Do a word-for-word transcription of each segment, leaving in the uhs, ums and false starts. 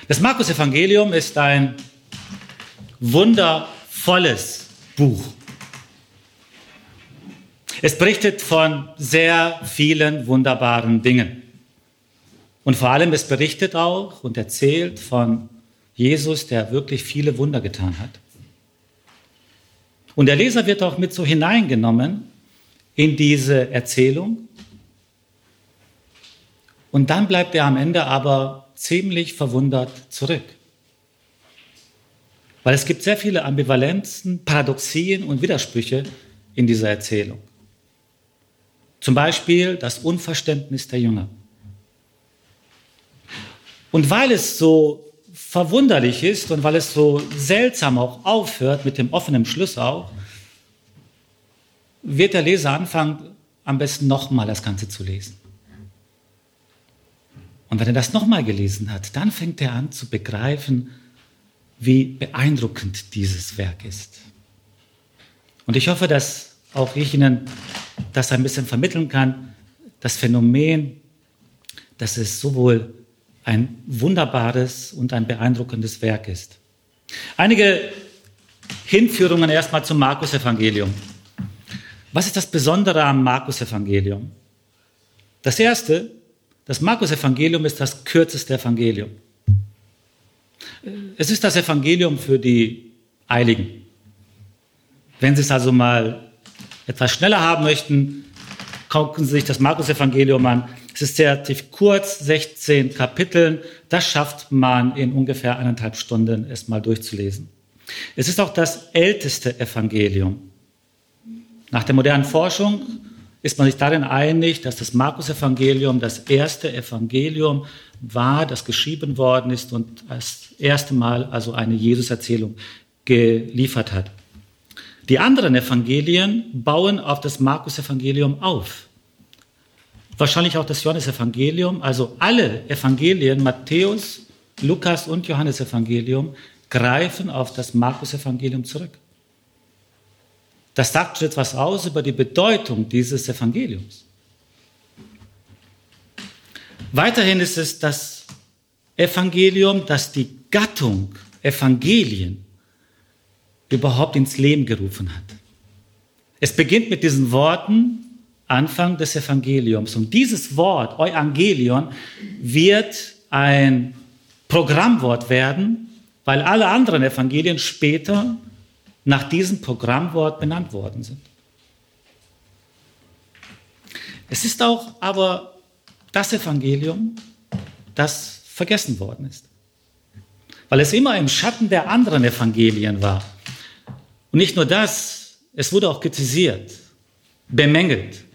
Das Markus-Evangelium ist ein wundervolles Buch. Es berichtet von sehr vielen wunderbaren Dingen. Und vor allem, es berichtet auch und erzählt von Jesus, der wirklich viele Wunder getan hat. Und der Leser wird auch mit so hineingenommen in diese Erzählung. Und dann bleibt er am Ende aber ziemlich verwundert zurück. Weil es gibt sehr viele Ambivalenzen, Paradoxien und Widersprüche in dieser Erzählung. Zum Beispiel das Unverständnis der Jünger. Und weil es so verwunderlich ist und weil es so seltsam auch aufhört, mit dem offenen Schluss auch, wird der Leser anfangen, am besten nochmal das Ganze zu lesen. Und wenn er das nochmal gelesen hat, dann fängt er an zu begreifen, wie beeindruckend dieses Werk ist. Und ich hoffe, dass auch ich Ihnen das ein bisschen vermitteln kann, das Phänomen, dass es sowohl ein wunderbares und ein beeindruckendes Werk ist. Einige Hinführungen erstmal zum Markus-Evangelium. Was ist das Besondere am Markus-Evangelium? Das Erste, das Markus-Evangelium ist das kürzeste Evangelium. Es ist das Evangelium für die Eiligen. Wenn Sie es also mal etwas schneller haben möchten, gucken Sie sich das Markus-Evangelium an. Es ist relativ kurz, sechzehn Kapiteln. Das schafft man in ungefähr eineinhalb Stunden, es mal durchzulesen. Es ist auch das älteste Evangelium. Nach der modernen Forschung ist man sich darin einig, dass das Markus-Evangelium das erste Evangelium war, das geschrieben worden ist und das erste Mal also eine Jesus-Erzählung geliefert hat. Die anderen Evangelien bauen auf das Markus-Evangelium auf. Wahrscheinlich auch das Johannes-Evangelium, also alle Evangelien, Matthäus, Lukas und Johannes-Evangelium, greifen auf das Markus-Evangelium zurück. Das sagt schon etwas aus über die Bedeutung dieses Evangeliums. Weiterhin ist es das Evangelium, das die Gattung Evangelien überhaupt ins Leben gerufen hat. Es beginnt mit diesen Worten, Anfang des Evangeliums. Und dieses Wort, Euangelion, wird ein Programmwort werden, weil alle anderen Evangelien später nach diesem Programmwort benannt worden sind. Es ist auch aber das Evangelium, das vergessen worden ist, weil es immer im Schatten der anderen Evangelien war. Und nicht nur das, es wurde auch kritisiert, bemängelt.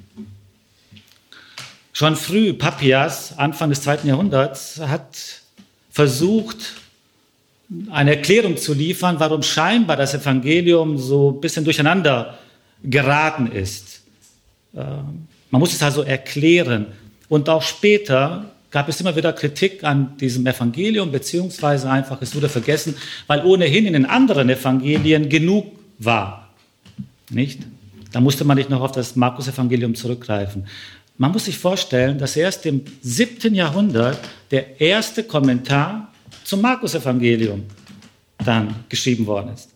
Schon früh, Papias, Anfang des zweiten Jahrhunderts, hat versucht, eine Erklärung zu liefern, warum scheinbar das Evangelium so ein bisschen durcheinander geraten ist. Man muss es also erklären. Und auch später gab es immer wieder Kritik an diesem Evangelium, beziehungsweise einfach, es wurde vergessen, weil ohnehin in den anderen Evangelien genug war. Nicht? Da musste man nicht noch auf das Markus-Evangelium zurückgreifen. Man muss sich vorstellen, dass erst im siebten Jahrhundert der erste Kommentar zum Markus-Evangelium dann geschrieben worden ist.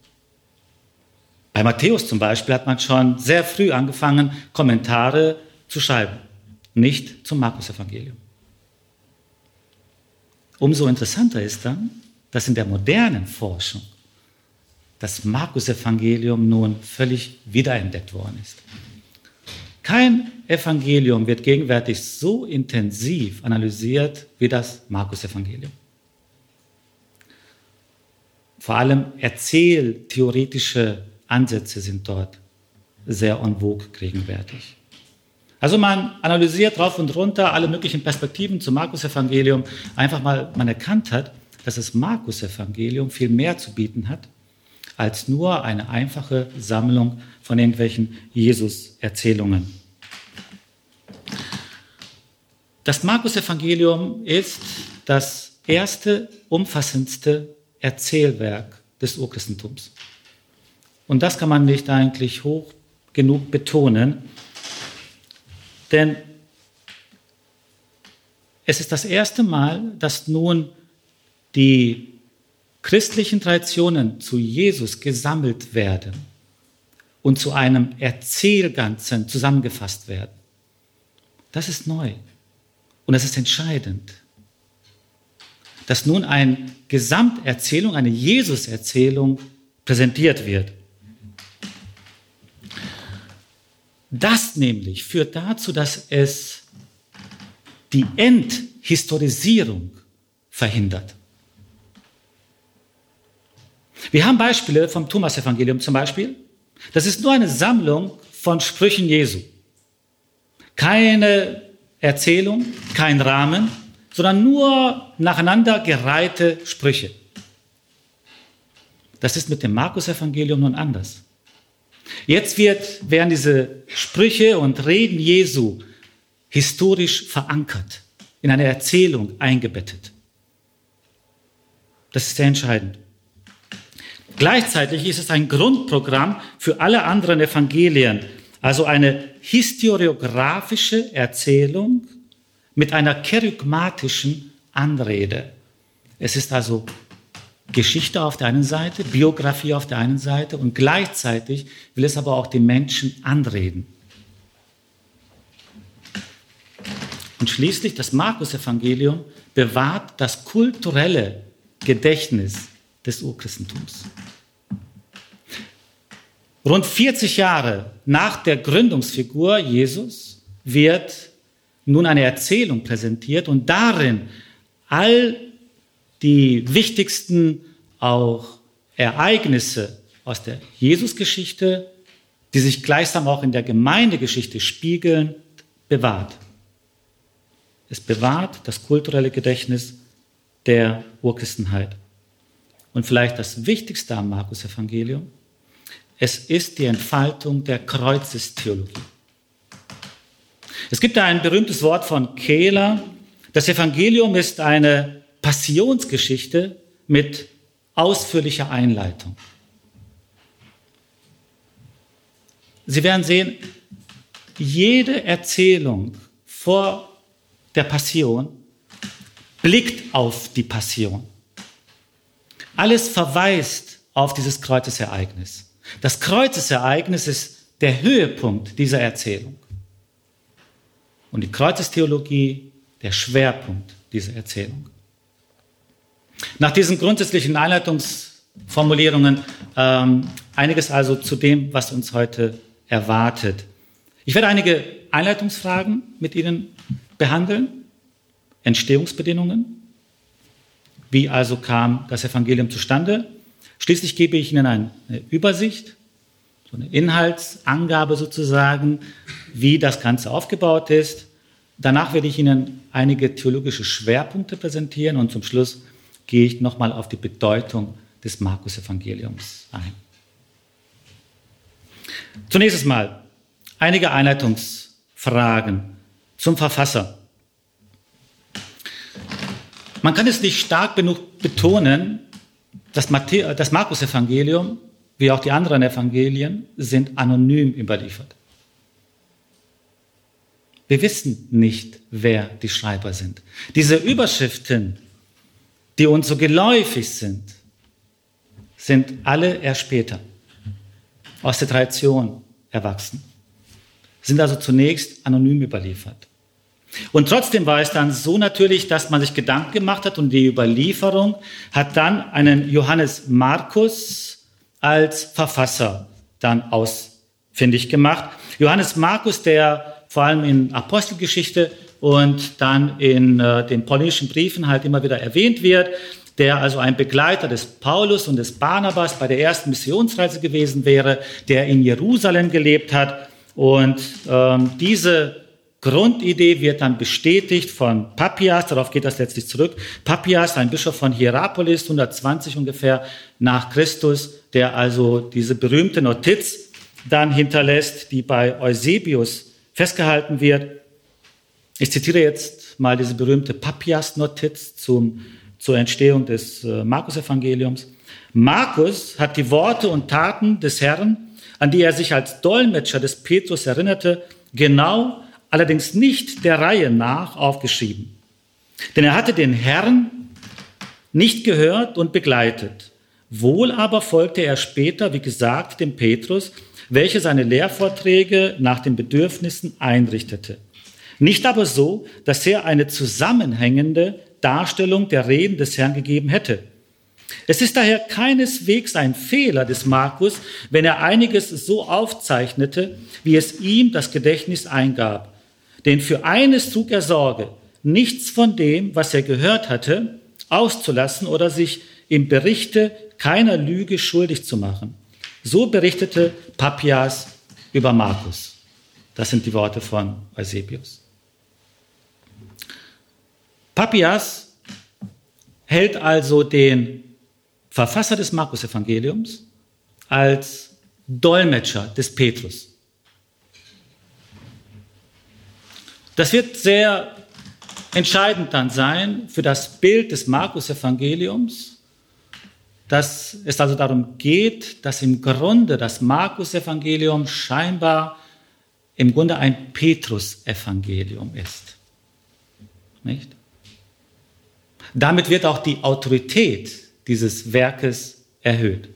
Bei Matthäus zum Beispiel hat man schon sehr früh angefangen, Kommentare zu schreiben, nicht zum Markus-Evangelium. Umso interessanter ist dann, dass in der modernen Forschung das Markus-Evangelium nun völlig wiederentdeckt worden ist. Kein Evangelium wird gegenwärtig so intensiv analysiert wie das Markus-Evangelium. Vor allem erzähltheoretische Ansätze sind dort sehr en vogue gegenwärtig. Also man analysiert rauf und runter alle möglichen Perspektiven zum Markus-Evangelium, einfach mal man erkannt hat, dass das Markus-Evangelium viel mehr zu bieten hat, als nur eine einfache Sammlung von irgendwelchen Jesus-Erzählungen. Das Markus-Evangelium ist das erste, umfassendste Erzählwerk des Urchristentums. Und das kann man nicht eigentlich hoch genug betonen, denn es ist das erste Mal, dass nun die christlichen Traditionen zu Jesus gesammelt werden und zu einem Erzählganzen zusammengefasst werden. Das ist neu und das ist entscheidend, dass nun eine Gesamterzählung, eine Jesus-Erzählung präsentiert wird. Das nämlich führt dazu, dass es die Enthistorisierung verhindert. Wir haben Beispiele vom Thomas-Evangelium zum Beispiel. Das ist nur eine Sammlung von Sprüchen Jesu. Keine Erzählung, kein Rahmen, sondern nur nacheinander gereihte Sprüche. Das ist mit dem Markus-Evangelium nun anders. Jetzt wird, werden diese Sprüche und Reden Jesu historisch verankert, in eine Erzählung eingebettet. Das ist sehr entscheidend. Gleichzeitig ist es ein Grundprogramm für alle anderen Evangelien, also eine historiografische Erzählung mit einer kerygmatischen Anrede. Es ist also Geschichte auf der einen Seite, Biografie auf der einen Seite und gleichzeitig will es aber auch die Menschen anreden. Und schließlich das Markus-Evangelium bewahrt das kulturelle Gedächtnis des Urchristentums. Rund vierzig Jahre nach der Gründungsfigur Jesus wird nun eine Erzählung präsentiert und darin all die wichtigsten auch Ereignisse aus der Jesusgeschichte, die sich gleichsam auch in der Gemeindegeschichte spiegeln, bewahrt. Es bewahrt das kulturelle Gedächtnis der Urchristenheit. Und vielleicht das Wichtigste am Markus-Evangelium: Es ist die Entfaltung der Kreuzestheologie. Es gibt da ein berühmtes Wort von Kehler: Das Evangelium ist eine Passionsgeschichte mit ausführlicher Einleitung. Sie werden sehen, jede Erzählung vor der Passion blickt auf die Passion. Alles verweist auf dieses Kreuzesereignis. Das Kreuzesereignis ist der Höhepunkt dieser Erzählung. Und die Kreuzestheologie der Schwerpunkt dieser Erzählung. Nach diesen grundsätzlichen Einleitungsformulierungen ähm, einiges also zu dem, was uns heute erwartet. Ich werde einige Einleitungsfragen mit Ihnen behandeln. Entstehungsbedingungen. Wie also kam das Evangelium zustande? Schließlich gebe ich Ihnen eine Übersicht, so eine Inhaltsangabe sozusagen, wie das Ganze aufgebaut ist. Danach werde ich Ihnen einige theologische Schwerpunkte präsentieren und zum Schluss gehe ich nochmal auf die Bedeutung des Markus-Evangeliums ein. Zunächst einmal einige Einleitungsfragen zum Verfasser. Man kann es nicht stark genug betonen, das Markus-Evangelium, wie auch die anderen Evangelien, sind anonym überliefert. Wir wissen nicht, wer die Schreiber sind. Diese Überschriften, die uns so geläufig sind, sind alle erst später aus der Tradition erwachsen, sind also zunächst anonym überliefert. Und trotzdem war es dann so natürlich, dass man sich Gedanken gemacht hat und die Überlieferung hat dann einen Johannes Markus als Verfasser dann ausfindig gemacht. Johannes Markus, der vor allem in Apostelgeschichte und dann in äh, den paulinischen Briefen halt immer wieder erwähnt wird, der also ein Begleiter des Paulus und des Barnabas bei der ersten Missionsreise gewesen wäre, der in Jerusalem gelebt hat. Und ähm, diese Grundidee wird dann bestätigt von Papias, darauf geht das letztlich zurück. Papias, ein Bischof von Hierapolis, hundertzwanzig ungefähr nach Christus, der also diese berühmte Notiz dann hinterlässt, die bei Eusebius festgehalten wird. Ich zitiere jetzt mal diese berühmte Papias-Notiz zum, zur Entstehung des äh, Markus-Evangeliums. Markus hat die Worte und Taten des Herrn, an die er sich als Dolmetscher des Petrus erinnerte, genau, allerdings nicht der Reihe nach aufgeschrieben. Denn er hatte den Herrn nicht gehört und begleitet. Wohl aber folgte er später, wie gesagt, dem Petrus, welcher seine Lehrvorträge nach den Bedürfnissen einrichtete. Nicht aber so, dass er eine zusammenhängende Darstellung der Reden des Herrn gegeben hätte. Es ist daher keineswegs ein Fehler des Markus, wenn er einiges so aufzeichnete, wie es ihm das Gedächtnis eingab. Denn für eines trug er Sorge, nichts von dem, was er gehört hatte, auszulassen oder sich im Berichte keiner Lüge schuldig zu machen. So berichtete Papias über Markus. Das sind die Worte von Eusebius. Papias hält also den Verfasser des Markus-Evangeliums als Dolmetscher des Petrus. Das wird sehr entscheidend dann sein für das Bild des Markus-Evangeliums, dass es also darum geht, dass im Grunde das Markus-Evangelium scheinbar im Grunde ein Petrus-Evangelium ist. Nicht? Damit wird auch die Autorität dieses Werkes erhöht.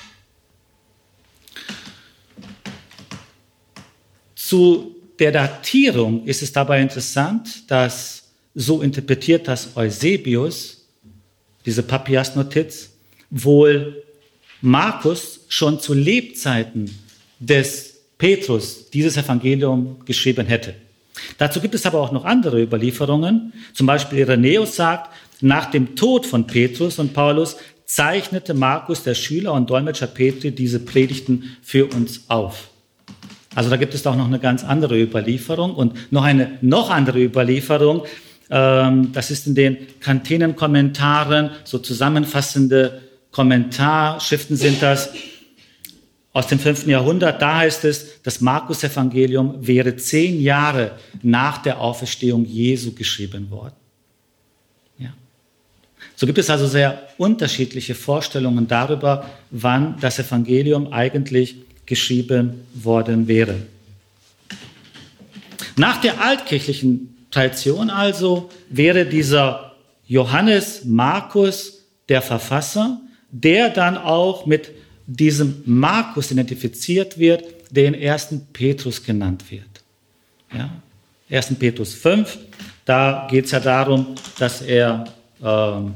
Zu der Datierung ist es dabei interessant, dass so interpretiert das Eusebius, diese Papias-Notiz, wohl Markus schon zu Lebzeiten des Petrus dieses Evangelium geschrieben hätte. Dazu gibt es aber auch noch andere Überlieferungen. Zum Beispiel Irenäus sagt, nach dem Tod von Petrus und Paulus zeichnete Markus, der Schüler und Dolmetscher Petri, diese Predigten für uns auf. Also da gibt es auch noch eine ganz andere Überlieferung und noch eine noch andere Überlieferung. Ähm, das ist in den Kantenenkommentaren, so zusammenfassende Kommentarschriften sind das aus dem fünften Jahrhundert. Da heißt es, das Markus-Evangelium wäre zehn Jahre nach der Auferstehung Jesu geschrieben worden. Ja. So gibt es also sehr unterschiedliche Vorstellungen darüber, wann das Evangelium eigentlich geschrieben worden wäre. Nach der altkirchlichen Tradition also wäre dieser Johannes Markus der Verfasser, der dann auch mit diesem Markus identifiziert wird, der in ersten Petrus genannt wird. Ja? ersten Petrus fünf, da geht es ja darum, dass er äh,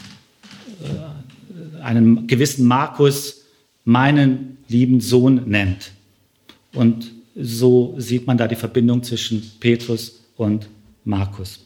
einen gewissen Markus meinen lieben Sohn nennt. Und so sieht man da die Verbindung zwischen Petrus und Markus.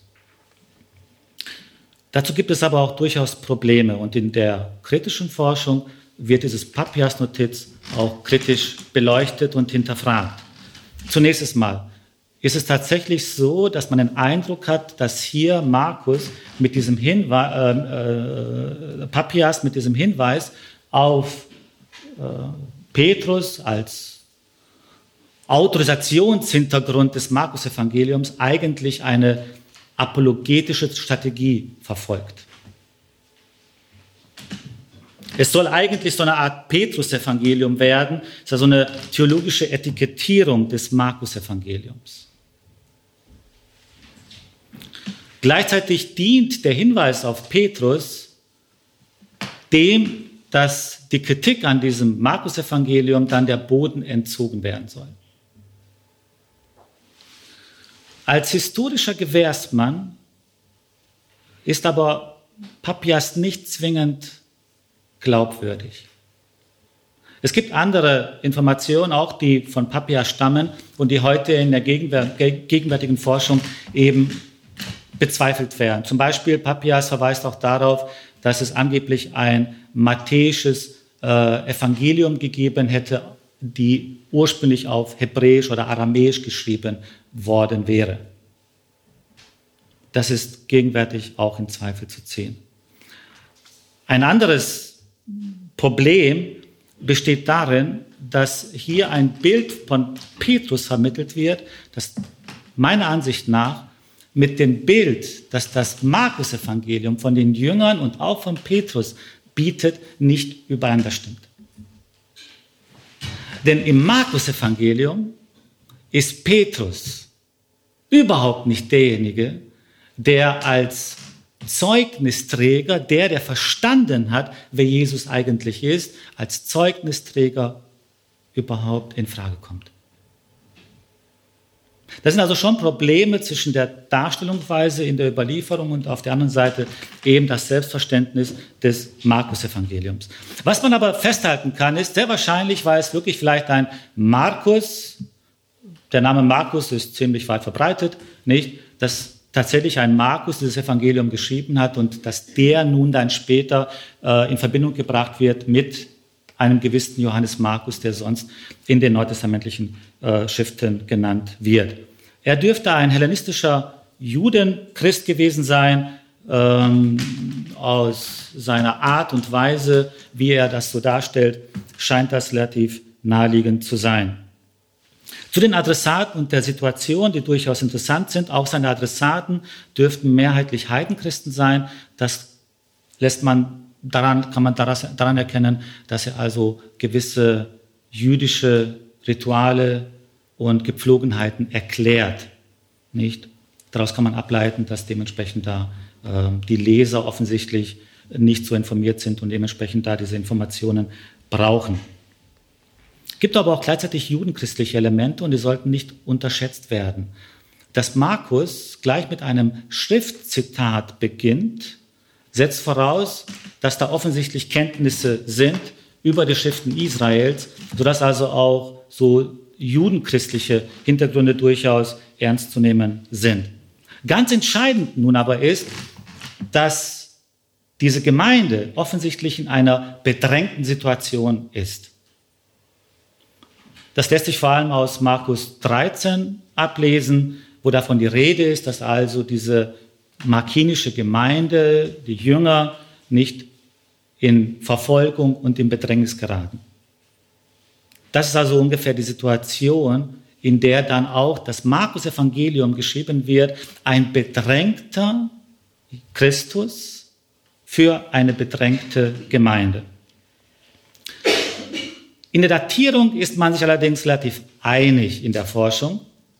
Dazu gibt es aber auch durchaus Probleme und in der kritischen Forschung wird dieses Papias-Notiz auch kritisch beleuchtet und hinterfragt. Zunächst einmal ist es tatsächlich so, dass man den Eindruck hat, dass hier Markus mit diesem Hinweis, äh, äh, Papias mit diesem Hinweis auf äh, Petrus als Autorisationshintergrund des Markus-Evangeliums eigentlich eine apologetische Strategie verfolgt. Es soll eigentlich so eine Art Petrus-Evangelium werden, es ist also eine theologische Etikettierung des Markus-Evangeliums. Gleichzeitig dient der Hinweis auf Petrus dem, dass die Kritik an diesem Markus-Evangelium dann der Boden entzogen werden soll. Als historischer Gewährsmann ist aber Papias nicht zwingend glaubwürdig. Es gibt andere Informationen auch, die von Papias stammen und die heute in der gegenwärtigen Forschung eben bezweifelt werden. Zum Beispiel Papias verweist auch darauf, dass es angeblich ein matthäisches äh, Evangelium gegeben hätte, die ursprünglich auf Hebräisch oder Aramäisch geschrieben worden wäre. Das ist gegenwärtig auch in Zweifel zu ziehen. Ein anderes Problem besteht darin, dass hier ein Bild von Petrus vermittelt wird, das meiner Ansicht nach mit dem Bild, das das Markus-Evangelium von den Jüngern und auch von Petrus bietet, nicht übereinander stimmt. Denn im Markus-Evangelium ist Petrus überhaupt nicht derjenige, der als Zeugnisträger, der, der verstanden hat, wer Jesus eigentlich ist, als Zeugnisträger überhaupt in Frage kommt. Das sind also schon Probleme zwischen der Darstellungsweise in der Überlieferung und auf der anderen Seite eben das Selbstverständnis des Markus-Evangeliums. Was man aber festhalten kann, ist, sehr wahrscheinlich war es wirklich vielleicht ein Markus, der Name Markus ist ziemlich weit verbreitet, nicht, dass tatsächlich ein Markus dieses Evangelium geschrieben hat und dass der nun dann später äh, in Verbindung gebracht wird mit einem gewissen Johannes Markus, der sonst in den neutestamentlichen äh, Schriften genannt wird. Er dürfte ein hellenistischer Judenchrist gewesen sein, ähm, aus seiner Art und Weise, wie er das so darstellt, scheint das relativ naheliegend zu sein. Zu den Adressaten und der Situation, die durchaus interessant sind, auch seine Adressaten dürften mehrheitlich Heidenchristen sein. Das lässt man Daran kann man daran erkennen, dass er also gewisse jüdische Rituale und Gepflogenheiten erklärt. Nicht? Daraus kann man ableiten, dass dementsprechend da äh, die Leser offensichtlich nicht so informiert sind und dementsprechend da diese Informationen brauchen. Es gibt aber auch gleichzeitig judenchristliche Elemente und die sollten nicht unterschätzt werden. Dass Markus gleich mit einem Schriftzitat beginnt, setzt voraus, dass da offensichtlich Kenntnisse sind über die Schriften Israels, sodass also auch so judenchristliche Hintergründe durchaus ernst zu nehmen sind. Ganz entscheidend nun aber ist, dass diese Gemeinde offensichtlich in einer bedrängten Situation ist. Das lässt sich vor allem aus Markus dreizehn ablesen, wo davon die Rede ist, dass also diese markinische Gemeinde, die Jünger, nicht in Verfolgung und in Bedrängnis geraten. Das ist also ungefähr die Situation, in der dann auch das Markus-Evangelium geschrieben wird, ein bedrängter Christus für eine bedrängte Gemeinde. In der Datierung ist man sich allerdings relativ einig in der Forschung.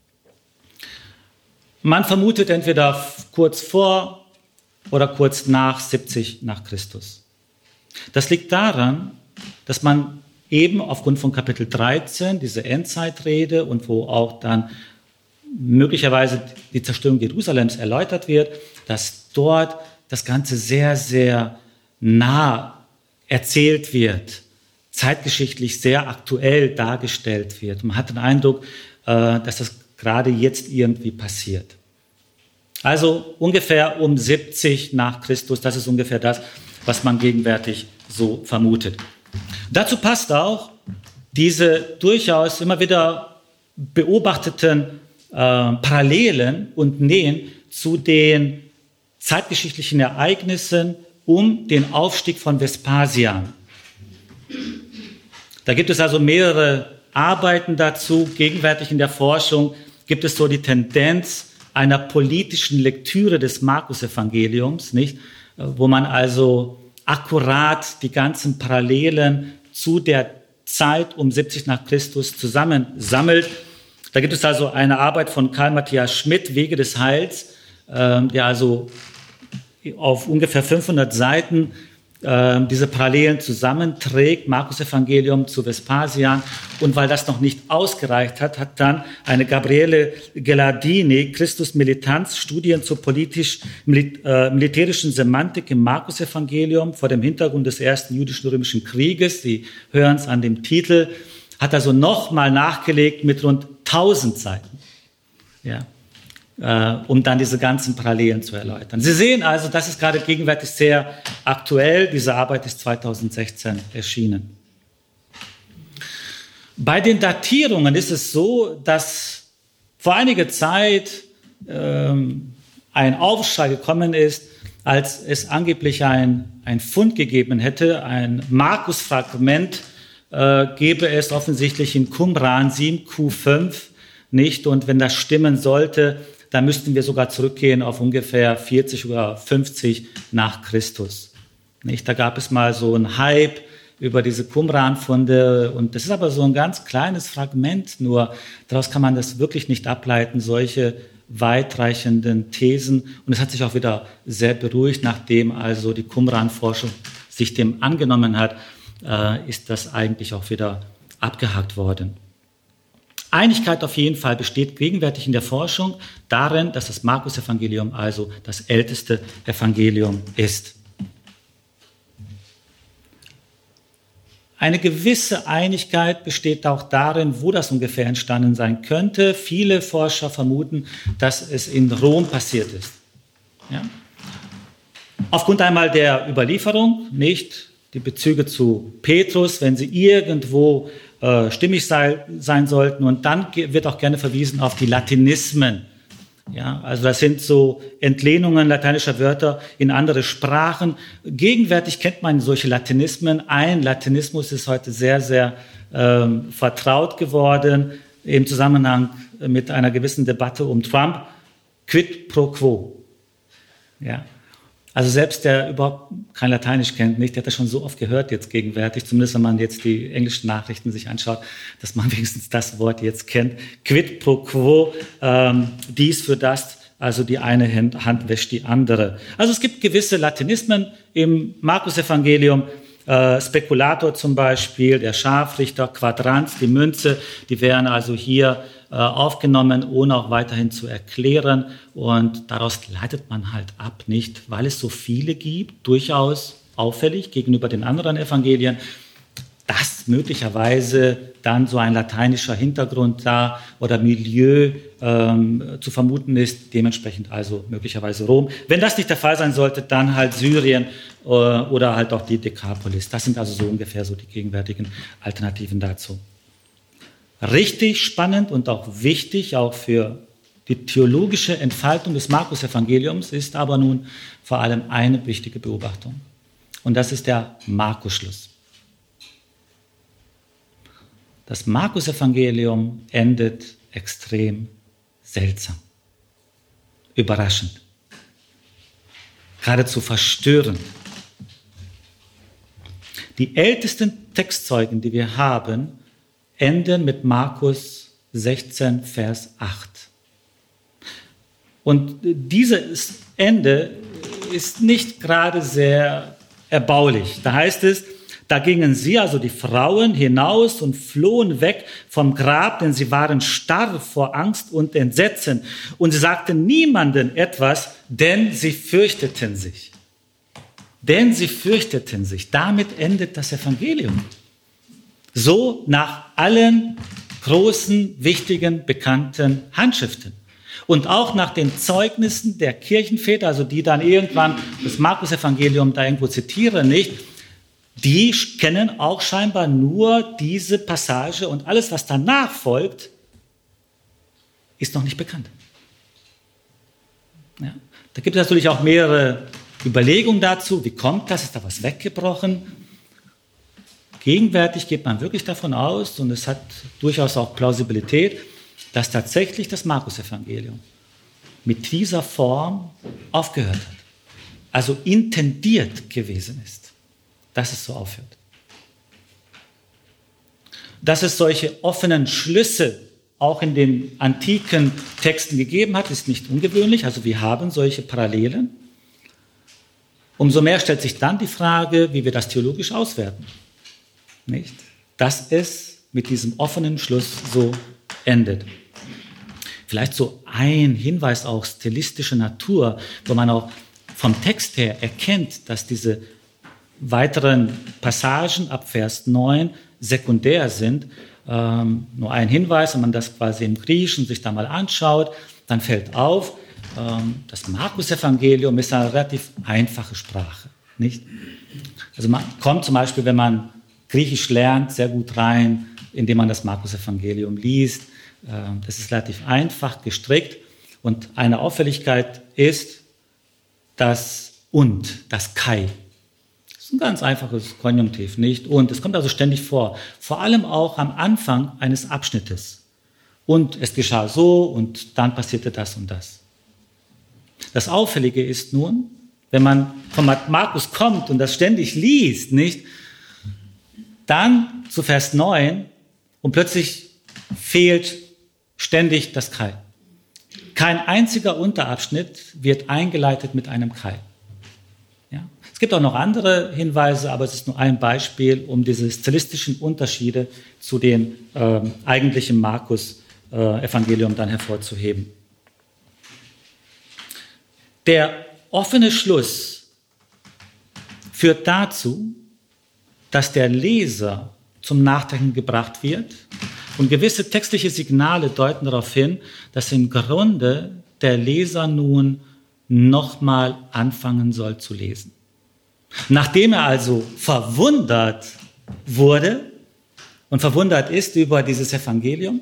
Man vermutet entweder kurz vor oder kurz nach siebzig nach Christus. Das liegt daran, dass man eben aufgrund von Kapitel dreizehn, diese Endzeitrede und wo auch dann möglicherweise die Zerstörung Jerusalems erläutert wird, dass dort das Ganze sehr, sehr nah erzählt wird, zeitgeschichtlich sehr aktuell dargestellt wird. Man hat den Eindruck, dass das gerade jetzt irgendwie passiert. Also ungefähr um siebzig nach Christus, das ist ungefähr das, was man gegenwärtig so vermutet. Dazu passt auch diese durchaus immer wieder beobachteten äh, Parallelen und Nähen zu den zeitgeschichtlichen Ereignissen um den Aufstieg von Vespasian. Da gibt es also mehrere Arbeiten dazu. Gegenwärtig in der Forschung gibt es so die Tendenz einer politischen Lektüre des Markus-Evangeliums, nicht, wo man also akkurat die ganzen Parallelen zu der Zeit um siebzig nach Christus zusammensammelt. Da gibt es also eine Arbeit von Karl Matthias Schmidt, Wege des Heils, äh, der also auf ungefähr fünfhundert Seiten äh, diese Parallelen zusammenträgt, Markus-Evangelium zu Vespasian. Und weil das noch nicht ausgereicht hat, hat dann eine Gabriele Ghelardini, Christus Militanz, Studien zur politisch, milit, äh, militärischen Semantik im Markus-Evangelium vor dem Hintergrund des ersten jüdisch-römischen Krieges, Sie hören es an dem Titel, hat also nochmal nachgelegt mit rund tausend Seiten, ja, äh, um dann diese ganzen Parallelen zu erläutern. Sie sehen also, das ist gerade gegenwärtig sehr aktuell. Diese Arbeit ist zweitausendsechzehn erschienen. Bei den Datierungen ist es so, dass vor einiger Zeit ähm, ein Aufschrei gekommen ist, als es angeblich ein, ein Fund gegeben hätte, ein Markus-Fragment äh, gäbe es offensichtlich in Qumran sieben Q fünf nicht. Und wenn das stimmen sollte, dann müssten wir sogar zurückgehen auf ungefähr vierzig oder fünfzig nach Christus. Nicht? Da gab es mal so einen Hype über diese Qumran-Funde und das ist aber so ein ganz kleines Fragment nur. Daraus kann man das wirklich nicht ableiten, solche weitreichenden Thesen. Und es hat sich auch wieder sehr beruhigt, nachdem also die Qumran-Forschung sich dem angenommen hat, äh, ist das eigentlich auch wieder abgehakt worden. Einigkeit auf jeden Fall besteht gegenwärtig in der Forschung darin, dass das Markus-Evangelium also das älteste Evangelium ist. Eine gewisse Einigkeit besteht auch darin, wo das ungefähr entstanden sein könnte. Viele Forscher vermuten, dass es in Rom passiert ist. Ja? Aufgrund einmal der Überlieferung, nicht die Bezüge zu Petrus, wenn sie irgendwo äh, stimmig sei, sein sollten. Und dann wird auch gerne verwiesen auf die Latinismen. Ja, also das sind so Entlehnungen lateinischer Wörter in andere Sprachen. Gegenwärtig kennt man solche Latinismen. Ein Latinismus ist heute sehr, sehr ähm, vertraut geworden im Zusammenhang mit einer gewissen Debatte um Trump. Quid pro quo. Ja. Also selbst der überhaupt kein Lateinisch kennt, nicht, der hat das schon so oft gehört jetzt gegenwärtig, zumindest wenn man jetzt die englischen Nachrichten sich anschaut, dass man wenigstens das Wort jetzt kennt. Quid pro quo, ähm, dies für das, also die eine Hand wäscht die andere. Also es gibt gewisse Latinismen im Markus-Evangelium, äh, Spekulator zum Beispiel, der Scharfrichter, Quadrant, die Münze, die wären also hier äh, aufgenommen, ohne auch weiterhin zu erklären. Und daraus leitet man halt ab, nicht, weil es so viele gibt, durchaus auffällig gegenüber den anderen Evangelien, dass möglicherweise dann so ein lateinischer Hintergrund da oder Milieu ähm, zu vermuten ist, dementsprechend also möglicherweise Rom. Wenn das nicht der Fall sein sollte, dann halt Syrien äh, oder halt auch die Dekapolis. Das sind also so ungefähr so die gegenwärtigen Alternativen dazu. Richtig spannend und auch wichtig, auch für die theologische Entfaltung des Markus-Evangeliums, ist aber nun vor allem eine wichtige Beobachtung. Und das ist der Markus-Schluss. Das Markus-Evangelium endet extrem seltsam, überraschend, geradezu verstörend. Die ältesten Textzeugen, die wir haben, enden mit Markus sechzehn, Vers acht. Und dieses Ende ist nicht gerade sehr erbaulich. Da heißt es, da gingen sie, also die Frauen, hinaus und flohen weg vom Grab, denn sie waren starr vor Angst und Entsetzen. Und sie sagten niemandem etwas, denn sie fürchteten sich. Denn sie fürchteten sich. Damit endet das Evangelium. So nach allen großen, wichtigen, bekannten Handschriften. Und auch nach den Zeugnissen der Kirchenväter, also die dann irgendwann das Markus-Evangelium da irgendwo zitieren, nicht? Die kennen auch scheinbar nur diese Passage und alles, was danach folgt, ist noch nicht bekannt. Ja. Da gibt es natürlich auch mehrere Überlegungen dazu. Wie kommt das? Ist da was weggebrochen? Gegenwärtig geht man wirklich davon aus, und es hat durchaus auch Plausibilität, dass tatsächlich das Markus-Evangelium mit dieser Form aufgehört hat. Also intendiert gewesen ist, dass es so aufhört. Dass es solche offenen Schlüsse auch in den antiken Texten gegeben hat, ist nicht ungewöhnlich. Also wir haben solche Parallelen. Umso mehr stellt sich dann die Frage, wie wir das theologisch auswerten. Nicht? Dass es mit diesem offenen Schluss so endet. Vielleicht so ein Hinweis auch stilistischer Natur, wo man auch vom Text her erkennt, dass diese weiteren Passagen ab Vers neun sekundär sind. Ähm, nur ein Hinweis, wenn man das quasi im Griechischen sich da mal anschaut, dann fällt auf, ähm, das Markus-Evangelium ist eine relativ einfache Sprache. Nicht? Also man kommt zum Beispiel, wenn man Griechisch lernt, sehr gut rein, indem man das Markus-Evangelium liest. Ähm, das ist relativ einfach gestrickt. Und eine Auffälligkeit ist das und, das Kai. Das ist ein ganz einfaches Konjunktiv, nicht? Und es kommt also ständig vor. Vor allem auch am Anfang eines Abschnittes. Und es geschah so und dann passierte das und das. Das Auffällige ist nun, wenn man von Markus kommt und das ständig liest, nicht? Dann zu Vers neun und plötzlich fehlt ständig das Kai. Kein einziger Unterabschnitt wird eingeleitet mit einem Keil. Ja? Es gibt auch noch andere Hinweise, aber es ist nur ein Beispiel, um diese stilistischen Unterschiede zu dem äh, eigentlichen Markus-Evangelium äh, dann hervorzuheben. Der offene Schluss führt dazu, dass der Leser zum Nachdenken gebracht wird. Und gewisse textliche Signale deuten darauf hin, dass im Grunde der Leser nun nochmal anfangen soll zu lesen. Nachdem er also verwundert wurde und verwundert ist über dieses Evangelium,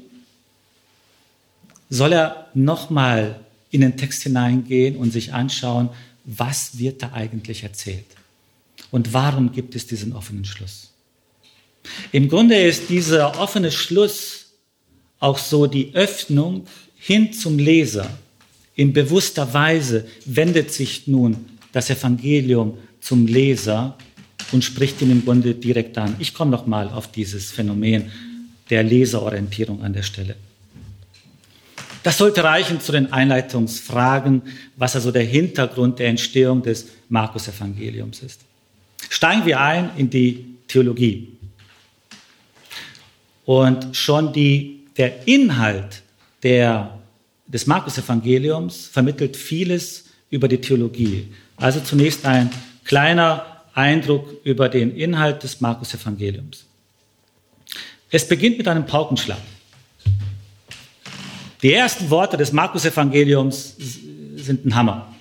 soll er nochmal in den Text hineingehen und sich anschauen, was wird da eigentlich erzählt und warum gibt es diesen offenen Schluss. Im Grunde ist dieser offene Schluss auch so die Öffnung hin zum Leser. In bewusster Weise wendet sich nun das Evangelium zum Leser und spricht ihn im Grunde direkt an. Ich komme noch mal auf dieses Phänomen der Leserorientierung an der Stelle. Das sollte reichen zu den Einleitungsfragen, was also der Hintergrund der Entstehung des Markus-Evangeliums ist. Steigen wir ein in die Theologie. Und schon die, der Inhalt der, des Markus-Evangeliums vermittelt vieles über die Theologie. Also zunächst ein kleiner Eindruck über den Inhalt des Markus-Evangeliums. Es beginnt mit einem Paukenschlag. Die ersten Worte des Markus-Evangeliums sind ein Hammer,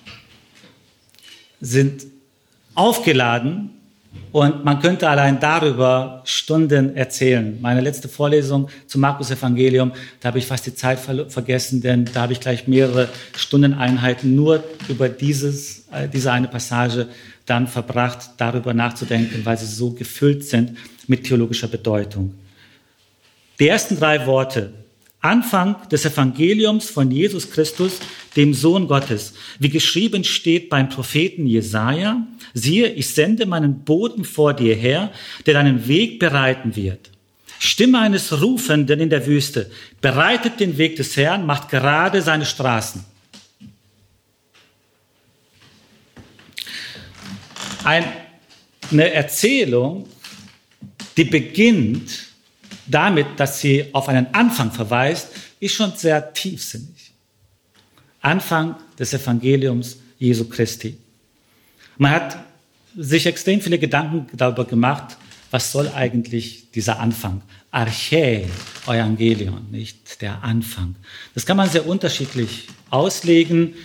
sind aufgeladen und man könnte allein darüber Stunden erzählen. Meine letzte Vorlesung zum Markus-Evangelium, da habe ich fast die Zeit ver- vergessen, denn da habe ich gleich mehrere Stundeneinheiten nur über dieses, äh, diese eine Passage dann verbracht, darüber nachzudenken, weil sie so gefüllt sind mit theologischer Bedeutung. Die ersten drei Worte: Anfang des Evangeliums von Jesus Christus, dem Sohn Gottes. Wie geschrieben steht beim Propheten Jesaja: Siehe, ich sende meinen Boten vor dir her, der deinen Weg bereiten wird. Stimme eines Rufenden in der Wüste: Bereitet den Weg des Herrn, macht gerade seine Straßen. Eine Erzählung, die beginnt damit, dass sie auf einen Anfang verweist, ist schon sehr tiefsinnig. Anfang des Evangeliums Jesu Christi. Man hat sich extrem viele Gedanken darüber gemacht, was soll eigentlich dieser Anfang? Archä, Evangelion, nicht der Anfang. Das kann man sehr unterschiedlich auslegen.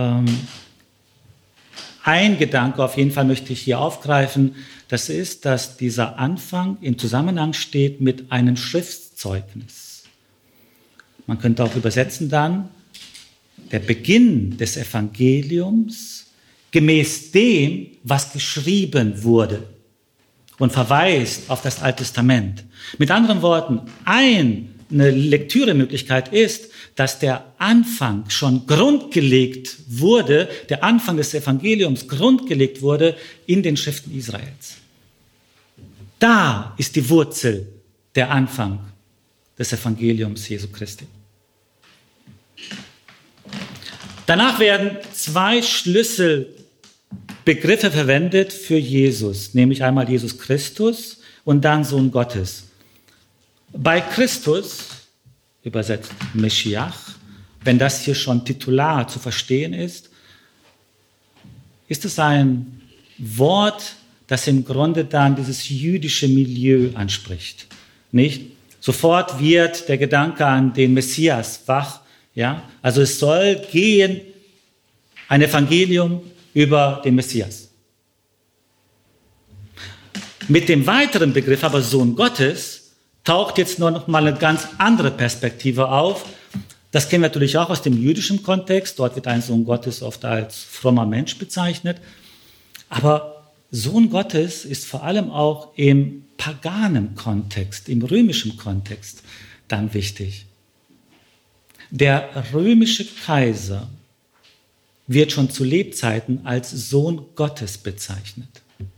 Ein Gedanke auf jeden Fall möchte ich hier aufgreifen. Das ist, dass dieser Anfang im Zusammenhang steht mit einem Schriftzeugnis. Man könnte auch übersetzen dann, der Beginn des Evangeliums gemäß dem, was geschrieben wurde, und verweist auf das Alte Testament. Mit anderen Worten, eine Lektüremöglichkeit ist, dass der Anfang schon grundgelegt wurde, der Anfang des Evangeliums grundgelegt wurde in den Schriften Israels. Da ist die Wurzel der Anfang des Evangeliums Jesu Christi. Danach werden zwei Schlüsselbegriffe verwendet für Jesus, nämlich einmal Jesus Christus und dann Sohn Gottes. Bei Christus, übersetzt Meschiach, wenn das hier schon titular zu verstehen ist, ist es ein Wort, das im Grunde dann dieses jüdische Milieu anspricht. Nicht? Sofort wird der Gedanke an den Messias wach. Ja? Also es soll gehen ein Evangelium über den Messias. Mit dem weiteren Begriff aber Sohn Gottes taucht jetzt nur noch mal eine ganz andere Perspektive auf. Das kennen wir natürlich auch aus dem jüdischen Kontext. Dort wird ein Sohn Gottes oft als frommer Mensch bezeichnet. Aber Sohn Gottes ist vor allem auch im paganen Kontext, im römischen Kontext dann wichtig. Der römische Kaiser wird schon zu Lebzeiten als Sohn Gottes bezeichnet.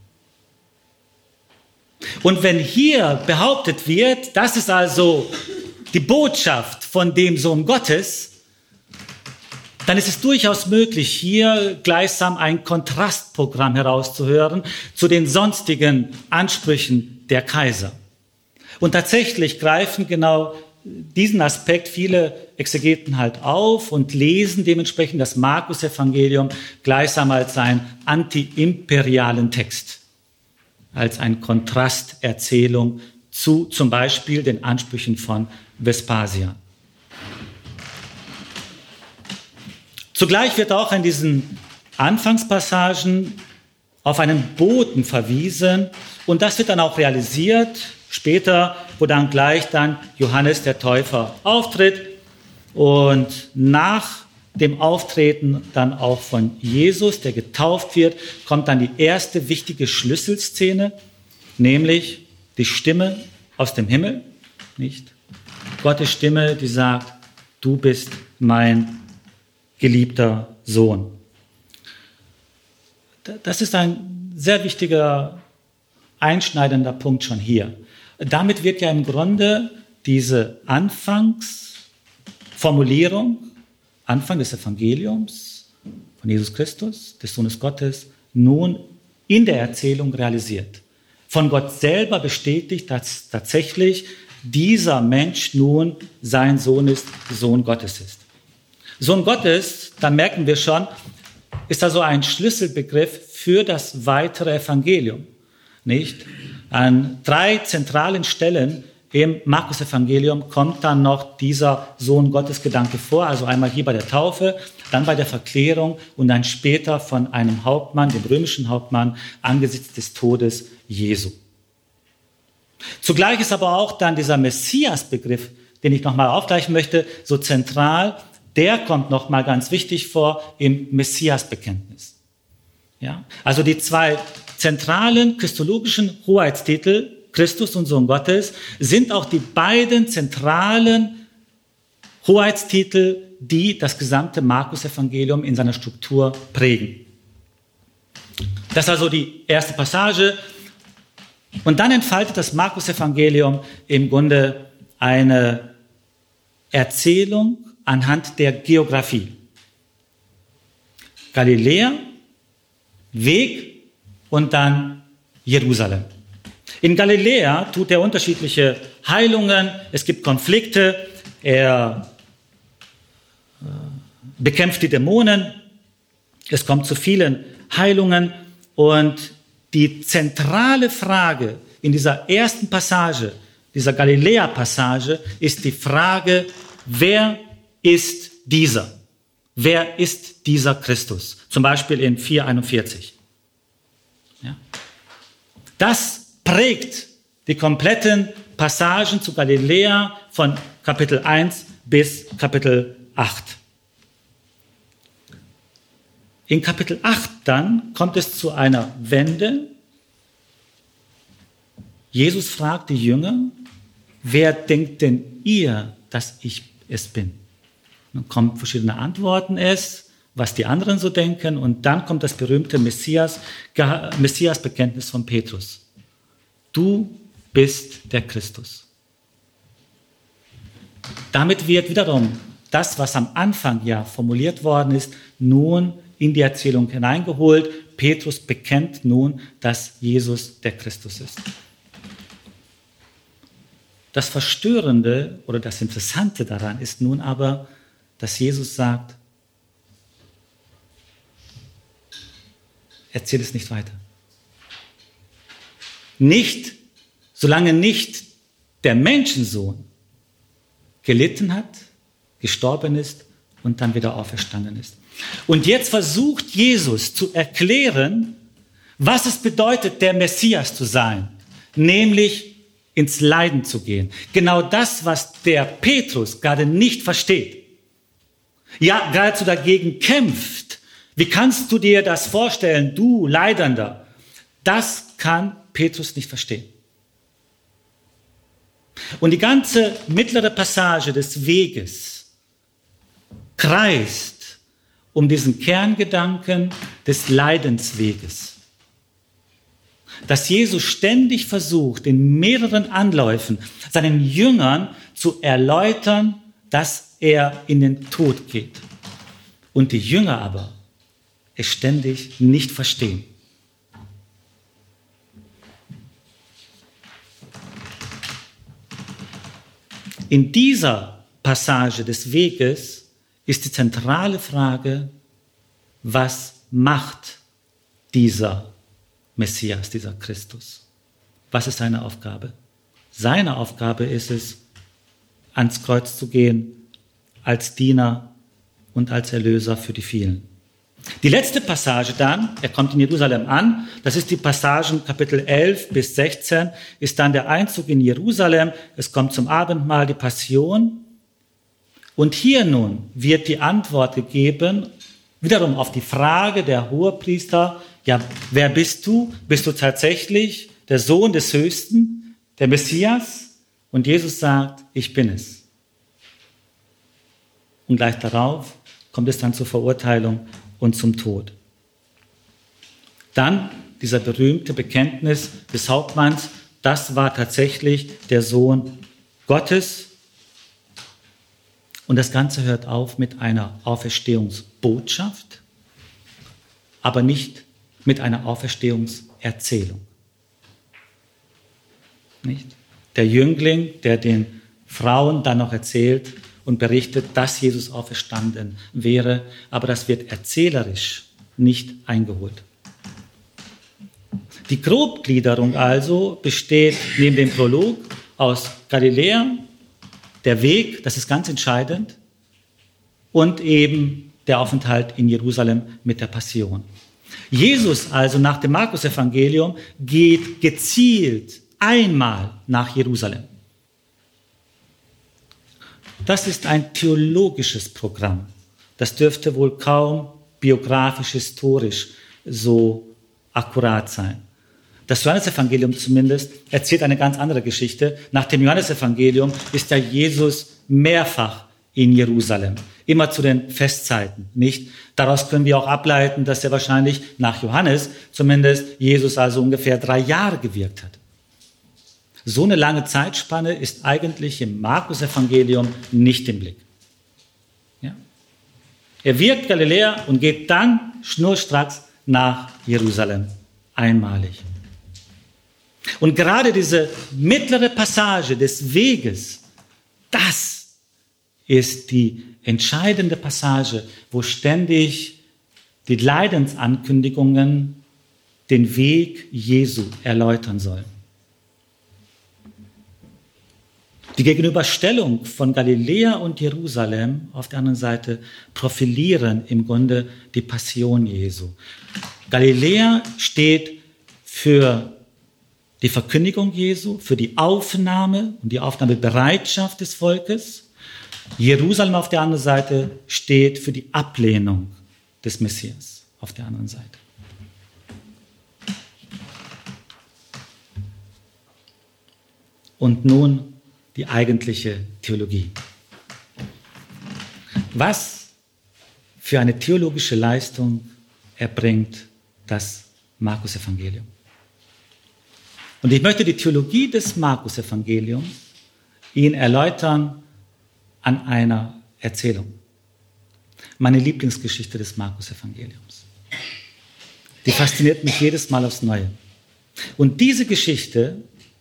Und wenn hier behauptet wird, das ist also die Botschaft von dem Sohn Gottes, dann ist es durchaus möglich, hier gleichsam ein Kontrastprogramm herauszuhören zu den sonstigen Ansprüchen der Kaiser. Und tatsächlich greifen genau diesen Aspekt viele Exegeten halt auf und lesen dementsprechend das Markus-Evangelium gleichsam als einen anti-imperialen Text, als eine Kontrasterzählung zu zum Beispiel den Ansprüchen von Vespasian. Zugleich wird auch in diesen Anfangspassagen auf einen Boten verwiesen und das wird dann auch realisiert später, wo dann gleich dann Johannes der Täufer auftritt und nach dem Auftreten dann auch von Jesus, der getauft wird, kommt dann die erste wichtige Schlüsselszene, nämlich die Stimme aus dem Himmel, nicht? Gottes Stimme, die sagt, du bist mein geliebter Sohn. Das ist ein sehr wichtiger, einschneidender Punkt schon hier. Damit wird ja im Grunde diese Anfangsformulierung, Anfang des Evangeliums von Jesus Christus, des Sohnes Gottes, nun in der Erzählung realisiert. Von Gott selber bestätigt, dass tatsächlich dieser Mensch nun sein Sohn ist, Sohn Gottes ist. Sohn Gottes, da merken wir schon, ist also ein Schlüsselbegriff für das weitere Evangelium, nicht? An drei zentralen Stellen im Markus-Evangelium kommt dann noch dieser Sohn Gottes-Gedanke vor, also einmal hier bei der Taufe, dann bei der Verklärung und dann später von einem Hauptmann, dem römischen Hauptmann, angesichts des Todes Jesu. Zugleich ist aber auch dann dieser Messias-Begriff, den ich nochmal aufgleichen möchte, so zentral. Der kommt nochmal ganz wichtig vor im Messias-Bekenntnis. Ja? Also die zwei zentralen christologischen Hoheitstitel, Christus und Sohn Gottes, sind auch die beiden zentralen Hoheitstitel, die das gesamte Markus-Evangelium in seiner Struktur prägen. Das ist also die erste Passage. Und dann entfaltet das Markus-Evangelium im Grunde eine Erzählung anhand der Geografie. Galiläa, Weg und dann Jerusalem. In Galiläa tut er unterschiedliche Heilungen, es gibt Konflikte, er äh, bekämpft die Dämonen, es kommt zu vielen Heilungen und die zentrale Frage in dieser ersten Passage, dieser Galiläa-Passage, ist die Frage, wer ist dieser? Wer ist dieser Christus? Zum Beispiel in vier einundvierzig. Ja. Das prägt die kompletten Passagen zu Galiläa von Kapitel eins bis Kapitel acht. In Kapitel acht dann kommt es zu einer Wende. Jesus fragt die Jünger, wer denkt denn ihr, dass ich es bin? Dann kommen verschiedene Antworten es, was die anderen so denken, und dann kommt das berühmte Messias, Messias-Bekenntnis von Petrus. Du bist der Christus. Damit wird wiederum das, was am Anfang ja formuliert worden ist, nun in die Erzählung hineingeholt. Petrus bekennt nun, dass Jesus der Christus ist. Das Verstörende oder das Interessante daran ist nun aber, dass Jesus sagt, erzähl es nicht weiter. Nicht, solange nicht der Menschensohn gelitten hat, gestorben ist und dann wieder auferstanden ist. Und jetzt versucht Jesus zu erklären, was es bedeutet, der Messias zu sein, nämlich ins Leiden zu gehen. Genau das, was der Petrus gerade nicht versteht. Ja, geradezu dagegen kämpft. Wie kannst du dir das vorstellen, du Leidender? Das kann Petrus nicht verstehen. Und die ganze mittlere Passage des Weges kreist um diesen Kerngedanken des Leidensweges. Dass Jesus ständig versucht, in mehreren Anläufen seinen Jüngern zu erläutern, dass er in den Tod geht. und die Jünger aber es ständig nicht verstehen. In dieser Passage des Weges ist die zentrale Frage, was macht dieser Messias, dieser Christus? Was ist seine Aufgabe? Seine Aufgabe ist es, ans Kreuz zu gehen als Diener und als Erlöser für die vielen. Die letzte Passage dann, er kommt in Jerusalem an, das ist die Passagen Kapitel elf bis sechzehn, ist dann der Einzug in Jerusalem, es kommt zum Abendmahl, die Passion. Und hier nun wird die Antwort gegeben, wiederum auf die Frage der Hohepriester, ja, wer bist du? Bist du tatsächlich der Sohn des Höchsten, der Messias? Und Jesus sagt, ich bin es. Und gleich darauf kommt es dann zur Verurteilung und zum Tod. Dann dieser berühmte Bekenntnis des Hauptmanns, das war tatsächlich der Sohn Gottes. Und das Ganze hört auf mit einer Auferstehungsbotschaft, aber nicht mit einer Auferstehungserzählung. Nicht? Der Jüngling, der den Frauen dann noch erzählt und berichtet, dass Jesus auferstanden wäre, aber das wird erzählerisch nicht eingeholt. Die Grobgliederung also besteht neben dem Prolog aus Galiläa, der Weg, das ist ganz entscheidend, und eben der Aufenthalt in Jerusalem mit der Passion. Jesus also nach dem Markus-Evangelium geht gezielt einmal nach Jerusalem. Das ist ein theologisches Programm. Das dürfte wohl kaum biografisch, historisch so akkurat sein. Das Johannesevangelium zumindest erzählt eine ganz andere Geschichte. Nach dem Johannesevangelium ist ja Jesus mehrfach in Jerusalem, immer zu den Festzeiten, nicht? Daraus können wir auch ableiten, dass er wahrscheinlich nach Johannes zumindest Jesus also ungefähr drei Jahre gewirkt hat. So eine lange Zeitspanne ist eigentlich im Markus-Evangelium nicht im Blick. Ja? Er wirkt Galiläa und geht dann schnurstracks nach Jerusalem, einmalig. Und gerade diese mittlere Passage des Weges, das ist die entscheidende Passage, wo ständig die Leidensankündigungen den Weg Jesu erläutern sollen. Die Gegenüberstellung von Galiläa und Jerusalem auf der anderen Seite profilieren im Grunde die Passion Jesu. Galiläa steht für die Verkündigung Jesu, für die Aufnahme und die Aufnahmebereitschaft des Volkes. Jerusalem auf der anderen Seite steht für die Ablehnung des Messias auf der anderen Seite. Und nun die eigentliche Theologie. Was für eine theologische Leistung erbringt das Markus-Evangelium? Und ich möchte die Theologie des Markus-Evangeliums Ihnen erläutern an einer Erzählung. Meine Lieblingsgeschichte des Markus-Evangeliums. Die fasziniert mich jedes Mal aufs Neue. Und diese Geschichte,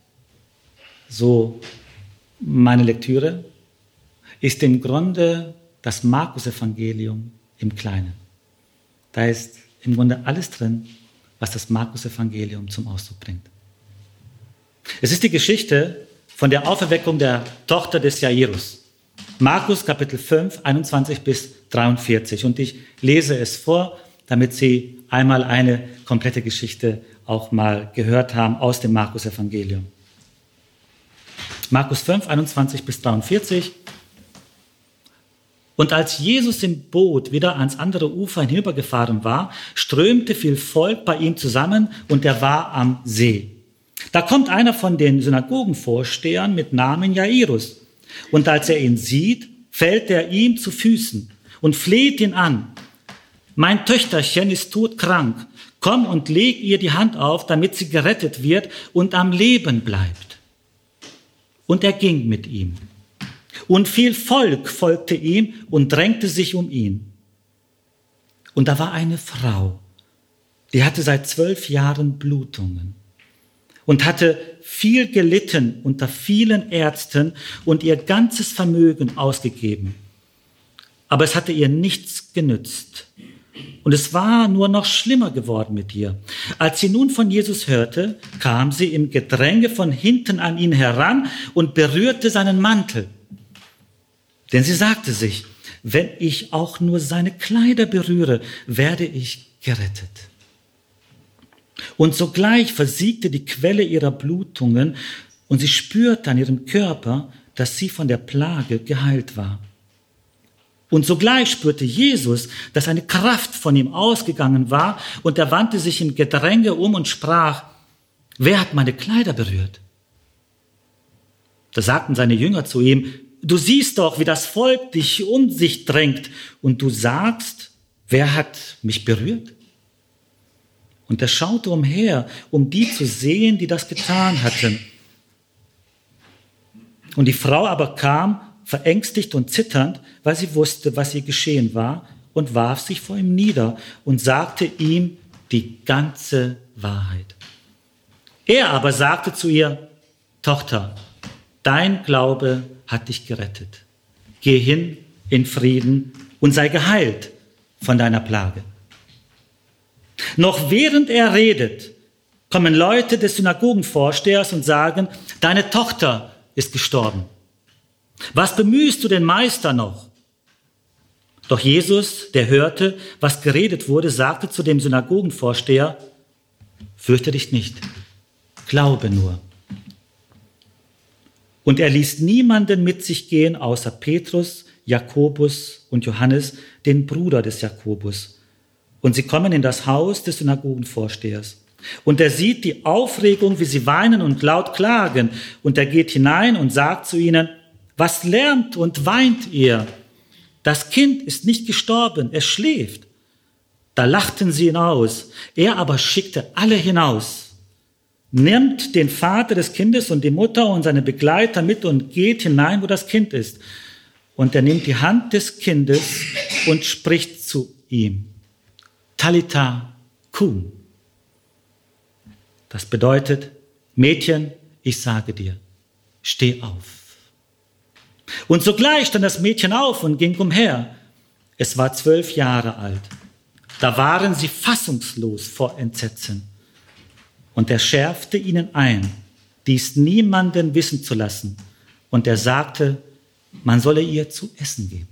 so meine Lektüre, ist im Grunde das Markus-Evangelium im Kleinen. Da ist im Grunde alles drin, was das Markus-Evangelium zum Ausdruck bringt. Es ist die Geschichte von der Auferweckung der Tochter des Jairus. Markus Kapitel fünf, einundzwanzig bis dreiundvierzig. Und ich lese es vor, damit Sie einmal eine komplette Geschichte auch mal gehört haben aus dem Markus-Evangelium. Markus fünf, einundzwanzig bis dreiundvierzig. Und als Jesus im Boot wieder ans andere Ufer hinübergefahren war, strömte viel Volk bei ihm zusammen und er war am See. Da kommt einer von den Synagogenvorstehern mit Namen Jairus. Und als er ihn sieht, fällt er ihm zu Füßen und fleht ihn an. Mein Töchterchen ist todkrank. Komm und leg ihr die Hand auf, damit sie gerettet wird und am Leben bleibt. Und er ging mit ihm. Und viel Volk folgte ihm und drängte sich um ihn. Und da war eine Frau, die hatte seit zwölf Jahren Blutungen und hatte viel gelitten unter vielen Ärzten und ihr ganzes Vermögen ausgegeben. Aber es hatte ihr nichts genützt. Und es war nur noch schlimmer geworden mit ihr. Als sie nun von Jesus hörte, kam sie im Gedränge von hinten an ihn heran und berührte seinen Mantel. Denn sie sagte sich, wenn ich auch nur seine Kleider berühre, werde ich gerettet. Und sogleich versiegte die Quelle ihrer Blutungen und sie spürte an ihrem Körper, dass sie von der Plage geheilt war. Und sogleich spürte Jesus, dass eine Kraft von ihm ausgegangen war und er wandte sich im Gedränge um und sprach, wer hat meine Kleider berührt? Da sagten seine Jünger zu ihm, du siehst doch, wie das Volk dich um sich drängt und du sagst, wer hat mich berührt? Und er schaute umher, um die zu sehen, die das getan hatten. Und die Frau aber kam, verängstigt und zitternd, weil sie wusste, was ihr geschehen war, und warf sich vor ihm nieder und sagte ihm die ganze Wahrheit. Er aber sagte zu ihr, Tochter, dein Glaube hat dich gerettet. Geh hin in Frieden und sei geheilt von deiner Plage. Noch während er redet, kommen Leute des Synagogenvorstehers und sagen, deine Tochter ist gestorben. Was bemühst du den Meister noch? Doch Jesus, der hörte, was geredet wurde, sagte zu dem Synagogenvorsteher, fürchte dich nicht, glaube nur. Und er ließ niemanden mit sich gehen, außer Petrus, Jakobus und Johannes, den Bruder des Jakobus. Und sie kommen in das Haus des Synagogenvorstehers. Und er sieht die Aufregung, wie sie weinen und laut klagen. Und er geht hinein und sagt zu ihnen, was lärmt und weint ihr? Das Kind ist nicht gestorben, es schläft. Da lachten sie ihn aus. Er aber schickte alle hinaus, nimmt den Vater des Kindes und die Mutter und seine Begleiter mit und geht hinein, wo das Kind ist. Und er nimmt die Hand des Kindes und spricht zu ihm. Talitha kum. Das bedeutet, Mädchen, ich sage dir, steh auf. Und sogleich stand das Mädchen auf und ging umher. Es war zwölf Jahre alt. Da waren sie fassungslos vor Entsetzen. Und er schärfte ihnen ein, dies niemanden wissen zu lassen. Und er sagte, man solle ihr zu essen geben.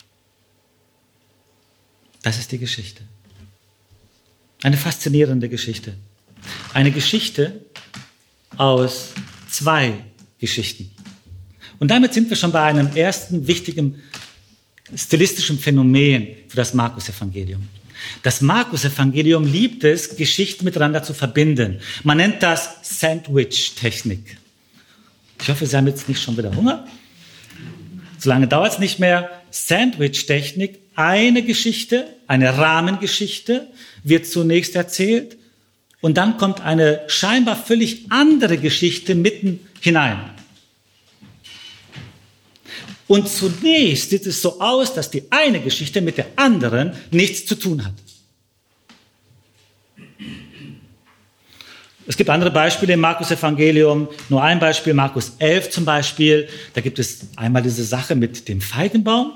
Das ist die Geschichte. Eine faszinierende Geschichte. Eine Geschichte aus zwei Geschichten. Und damit sind wir schon bei einem ersten wichtigen stilistischen Phänomen für das Markus-Evangelium. Das Markus-Evangelium liebt es, Geschichten miteinander zu verbinden. Man nennt das Sandwich-Technik. Ich hoffe, Sie haben jetzt nicht schon wieder Hunger. So lange dauert es nicht mehr. Sandwich-Technik, eine Geschichte, eine Rahmengeschichte wird zunächst erzählt und dann kommt eine scheinbar völlig andere Geschichte mitten hinein. Und zunächst sieht es so aus, dass die eine Geschichte mit der anderen nichts zu tun hat. Es gibt andere Beispiele im Markus-Evangelium. Nur ein Beispiel, Markus elf zum Beispiel. Da gibt es einmal diese Sache mit dem Feigenbaum.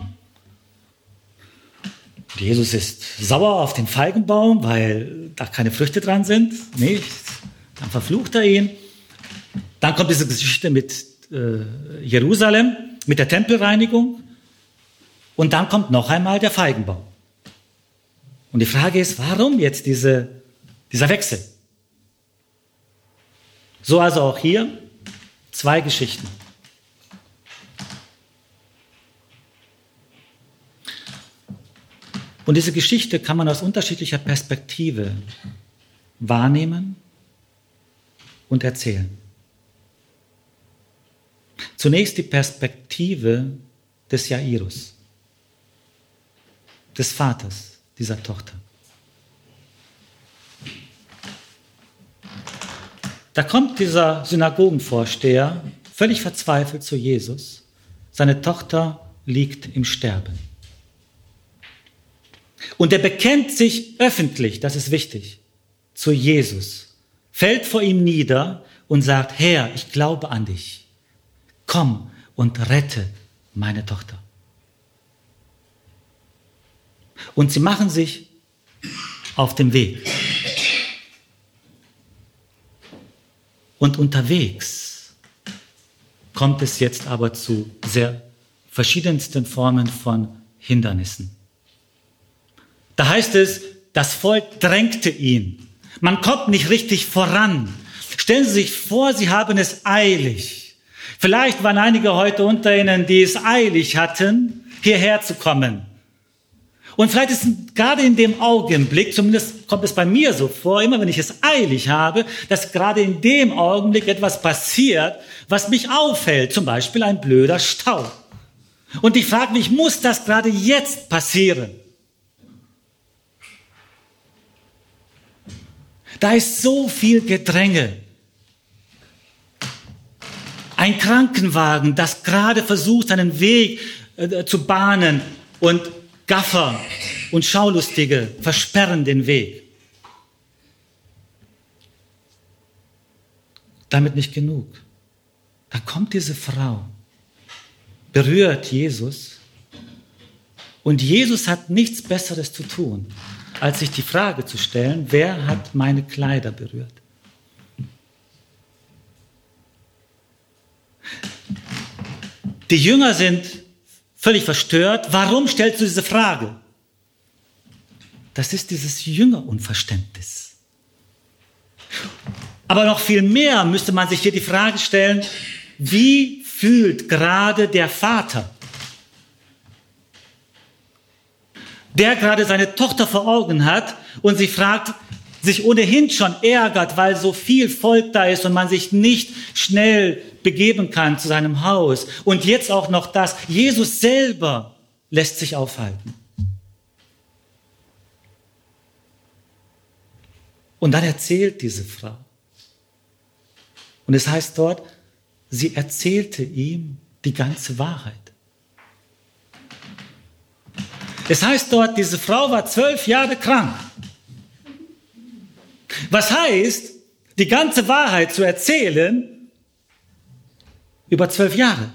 Jesus ist sauer auf den Feigenbaum, weil da keine Früchte dran sind. Nicht? Dann verflucht er ihn. Dann kommt diese Geschichte mit äh, Jerusalem, mit der Tempelreinigung. Und dann kommt noch einmal der Feigenbaum. Und die Frage ist, warum jetzt diese, dieser Wechsel? So also auch hier zwei Geschichten. Und diese Geschichte kann man aus unterschiedlicher Perspektive wahrnehmen und erzählen. Zunächst die Perspektive des Jairus, des Vaters dieser Tochter. Da kommt dieser Synagogenvorsteher völlig verzweifelt zu Jesus. Seine Tochter liegt im Sterben. Und er bekennt sich öffentlich, das ist wichtig, zu Jesus, fällt vor ihm nieder und sagt, Herr, ich glaube an dich. Komm und rette meine Tochter. Und sie machen sich auf den Weg. Und unterwegs kommt es jetzt aber zu sehr verschiedensten Formen von Hindernissen. Da heißt es, das Volk drängte ihn. Man kommt nicht richtig voran. Stellen Sie sich vor, Sie haben es eilig. Vielleicht waren einige heute unter Ihnen, die es eilig hatten, hierher zu kommen. Und vielleicht ist gerade in dem Augenblick, zumindest kommt es bei mir so vor, immer wenn ich es eilig habe, dass gerade in dem Augenblick etwas passiert, was mich aufhält, zum Beispiel ein blöder Stau. Und ich frage mich, muss das gerade jetzt passieren? Da ist so viel Gedränge. Ein Krankenwagen, das gerade versucht, seinen Weg äh, zu bahnen, und Gaffer und Schaulustige versperren den Weg. Damit nicht genug. Da kommt diese Frau, berührt Jesus, und Jesus hat nichts Besseres zu tun, als sich die Frage zu stellen, wer hat meine Kleider berührt? Die Jünger sind völlig verstört. Warum stellst du diese Frage? Das ist dieses Jüngerunverständnis. Aber noch viel mehr müsste man sich hier die Frage stellen, wie fühlt gerade der Vater, der gerade seine Tochter vor Augen hat und sie fragt, sich ohnehin schon ärgert, weil so viel Volk da ist und man sich nicht schnell begeben kann zu seinem Haus. Und jetzt auch noch das, Jesus selber lässt sich aufhalten. Und dann erzählt diese Frau. Und es heißt dort, sie erzählte ihm die ganze Wahrheit. Es heißt dort, diese Frau war zwölf Jahre krank. Was heißt, die ganze Wahrheit zu erzählen über zwölf Jahre?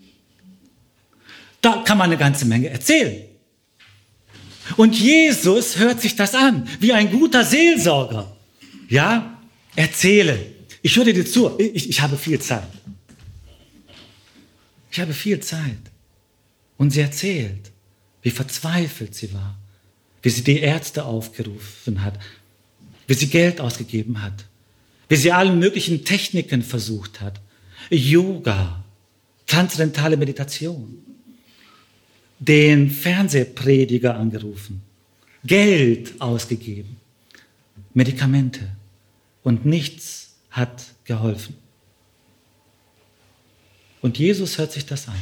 Da kann man eine ganze Menge erzählen. Und Jesus hört sich das an, wie ein guter Seelsorger. Ja, erzähle. Ich höre dir zu. Ich, ich habe viel Zeit. Ich habe viel Zeit. Und sie erzählt, wie verzweifelt sie war, wie sie die Ärzte aufgerufen hat, wie sie Geld ausgegeben hat, wie sie alle möglichen Techniken versucht hat, Yoga, transzendentale Meditation, den Fernsehprediger angerufen, Geld ausgegeben, Medikamente, und nichts hat geholfen. Und Jesus hört sich das an.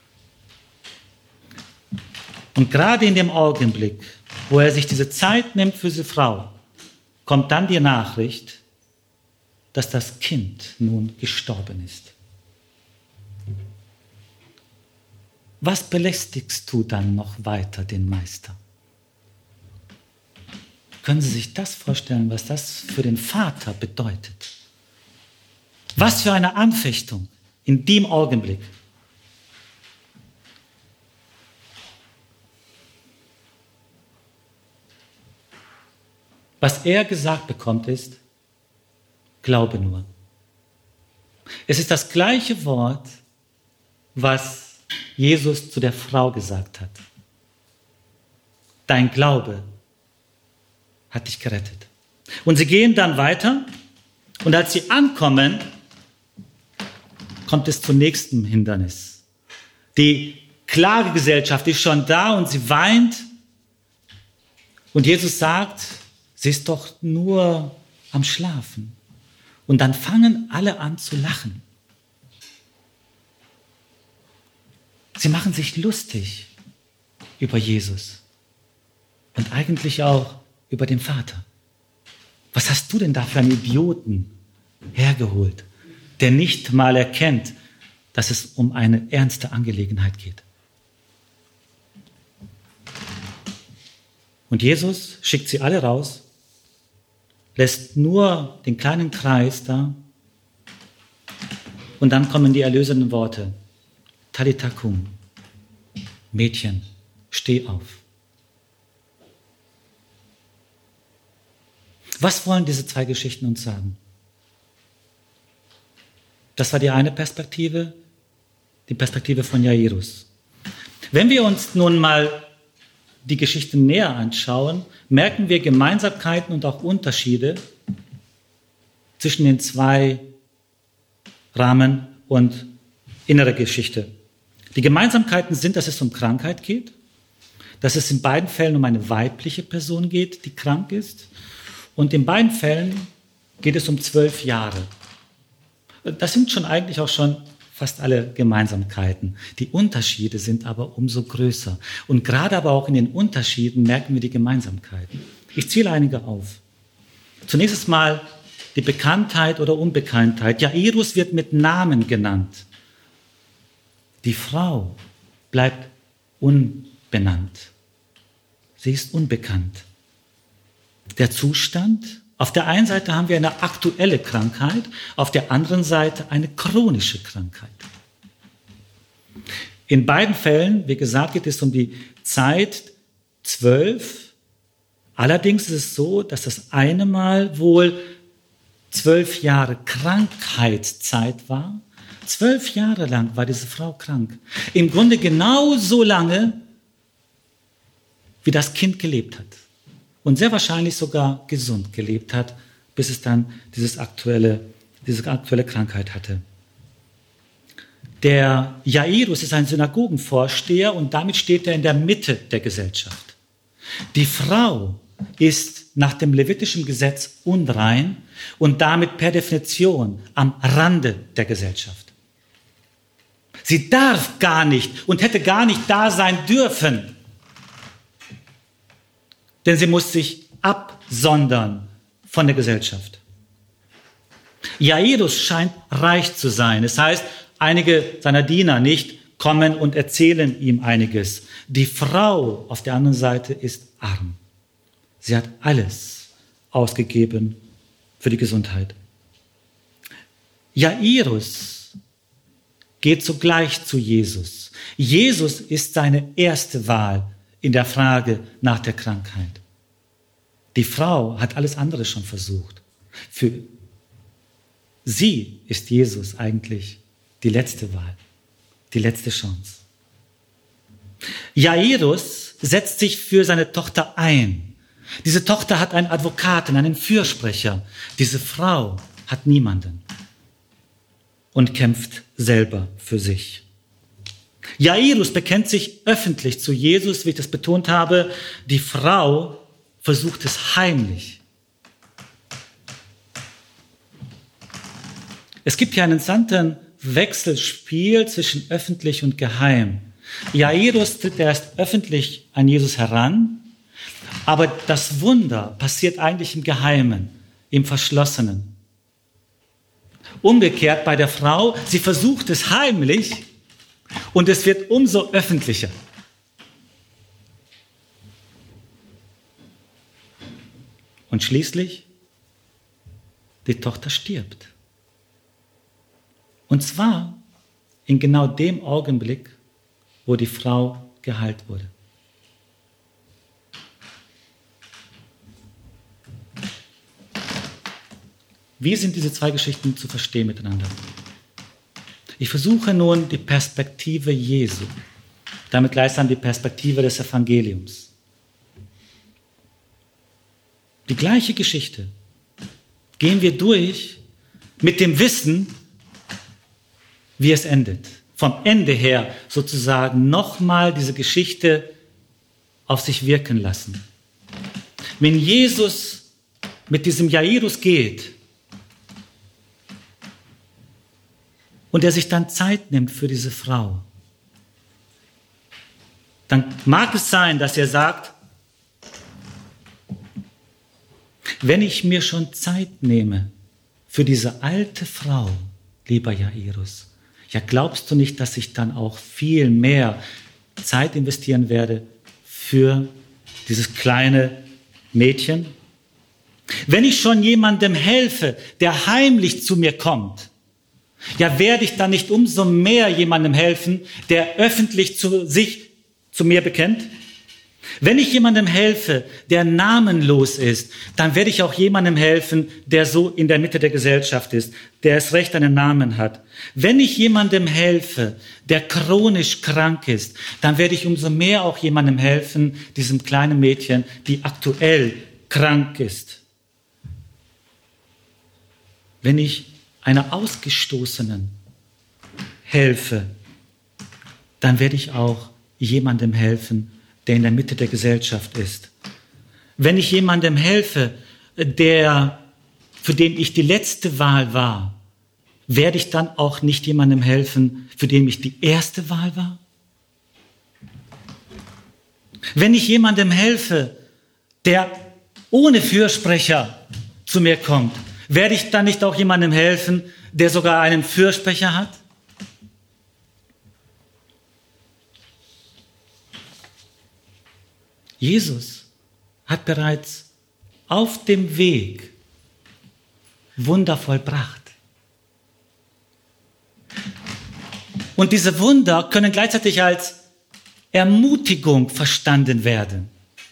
Und gerade in dem Augenblick, wo er sich diese Zeit nimmt für diese Frau, kommt dann die Nachricht, dass das Kind nun gestorben ist. Was belästigst du dann noch weiter den Meister? Können Sie sich das vorstellen, was das für den Vater bedeutet? Was für eine Anfechtung in dem Augenblick. Was er gesagt bekommt ist, glaube nur. Es ist das gleiche Wort, was Jesus zu der Frau gesagt hat. Dein Glaube hat dich gerettet. Und sie gehen dann weiter, und als sie ankommen, kommt es zum nächsten Hindernis. Die Klagegesellschaft ist schon da und sie weint. Und Jesus sagt, sie ist doch nur am Schlafen. Und dann fangen alle an zu lachen. Sie machen sich lustig über Jesus und eigentlich auch über den Vater. Was hast du denn da für einen Idioten hergeholt, der nicht mal erkennt, dass es um eine ernste Angelegenheit geht? Und Jesus schickt sie alle raus, lässt nur den kleinen Kreis da und dann kommen die erlösenden Worte. Talitha kum, Mädchen, steh auf. Was wollen diese zwei Geschichten uns sagen? Das war die eine Perspektive, die Perspektive von Jairus. Wenn wir uns nun mal die Geschichten näher anschauen, merken wir Gemeinsamkeiten und auch Unterschiede zwischen den zwei Rahmen und innere Geschichte. Die Gemeinsamkeiten sind, dass es um Krankheit geht, dass es in beiden Fällen um eine weibliche Person geht, die krank ist, und in beiden Fällen geht es um zwölf Jahre. Das sind schon eigentlich auch schon fast alle Gemeinsamkeiten. Die Unterschiede sind aber umso größer. Und gerade aber auch in den Unterschieden merken wir die Gemeinsamkeiten. Ich zähle einige auf. Zunächst mal die Bekanntheit oder Unbekanntheit. Jairus wird mit Namen genannt. Die Frau bleibt unbenannt. Sie ist unbekannt. Der Zustand: auf der einen Seite haben wir eine aktuelle Krankheit, auf der anderen Seite eine chronische Krankheit. In beiden Fällen, wie gesagt, geht es um die Zeit zwölf. Allerdings ist es so, dass das eine Mal wohl zwölf Jahre Krankheitszeit war. Zwölf Jahre lang war diese Frau krank. Im Grunde genauso lange, wie das Kind gelebt hat. Und sehr wahrscheinlich sogar gesund gelebt hat, bis es dann dieses aktuelle, diese aktuelle Krankheit hatte. Der Jairus ist ein Synagogenvorsteher und damit steht er in der Mitte der Gesellschaft. Die Frau ist nach dem levitischen Gesetz unrein und damit per Definition am Rande der Gesellschaft. Sie darf gar nicht und hätte gar nicht da sein dürfen. Denn sie muss sich absondern von der Gesellschaft. Jairus scheint reich zu sein. Das heißt, einige seiner Diener nicht kommen und erzählen ihm einiges. Die Frau auf der anderen Seite ist arm. Sie hat alles ausgegeben für die Gesundheit. Jairus geht zugleich zu Jesus. Jesus ist seine erste Wahl in der Frage nach der Krankheit. Die Frau hat alles andere schon versucht. Für sie ist Jesus eigentlich die letzte Wahl, die letzte Chance. Jairus setzt sich für seine Tochter ein. Diese Tochter hat einen Advokaten, einen Fürsprecher. Diese Frau hat niemanden und kämpft selber für sich. Jairus bekennt sich öffentlich zu Jesus, wie ich das betont habe. Die Frau versucht es heimlich. Es gibt hier einen interessanten Wechselspiel zwischen öffentlich und geheim. Jairus tritt erst öffentlich an Jesus heran, aber das Wunder passiert eigentlich im Geheimen, im Verschlossenen. Umgekehrt bei der Frau, sie versucht es heimlich, und es wird umso öffentlicher. Und schließlich, die Tochter stirbt. Und zwar in genau dem Augenblick, wo die Frau geheilt wurde. Wie sind diese zwei Geschichten zu verstehen miteinander? Ich versuche nun die Perspektive Jesu, damit gleichsam die Perspektive des Evangeliums. Die gleiche Geschichte gehen wir durch mit dem Wissen, wie es endet. Vom Ende her sozusagen nochmal diese Geschichte auf sich wirken lassen. Wenn Jesus mit diesem Jairus geht, und er sich dann Zeit nimmt für diese Frau, dann mag es sein, dass er sagt, wenn ich mir schon Zeit nehme für diese alte Frau, lieber Jairus, ja, glaubst du nicht, dass ich dann auch viel mehr Zeit investieren werde für dieses kleine Mädchen. Wenn ich schon jemandem helfe, der heimlich zu mir kommt, ja, werde ich dann nicht umso mehr jemandem helfen, der öffentlich zu sich zu mir bekennt? Wenn ich jemandem helfe, der namenlos ist, dann werde ich auch jemandem helfen, der so in der Mitte der Gesellschaft ist, der es recht einen Namen hat. Wenn ich jemandem helfe, der chronisch krank ist, dann werde ich umso mehr auch jemandem helfen, diesem kleinen Mädchen, die aktuell krank ist. Wenn ich einer Ausgestoßenen helfe, dann werde ich auch jemandem helfen, der in der Mitte der Gesellschaft ist. Wenn ich jemandem helfe, der, für den ich die letzte Wahl war, werde ich dann auch nicht jemandem helfen, für den ich die erste Wahl war? Wenn ich jemandem helfe, der ohne Fürsprecher zu mir kommt, werde ich dann nicht auch jemandem helfen, der sogar einen Fürsprecher hat? Jesus hat bereits auf dem Weg Wunder vollbracht. Und diese Wunder können gleichzeitig als Ermutigung verstanden werden.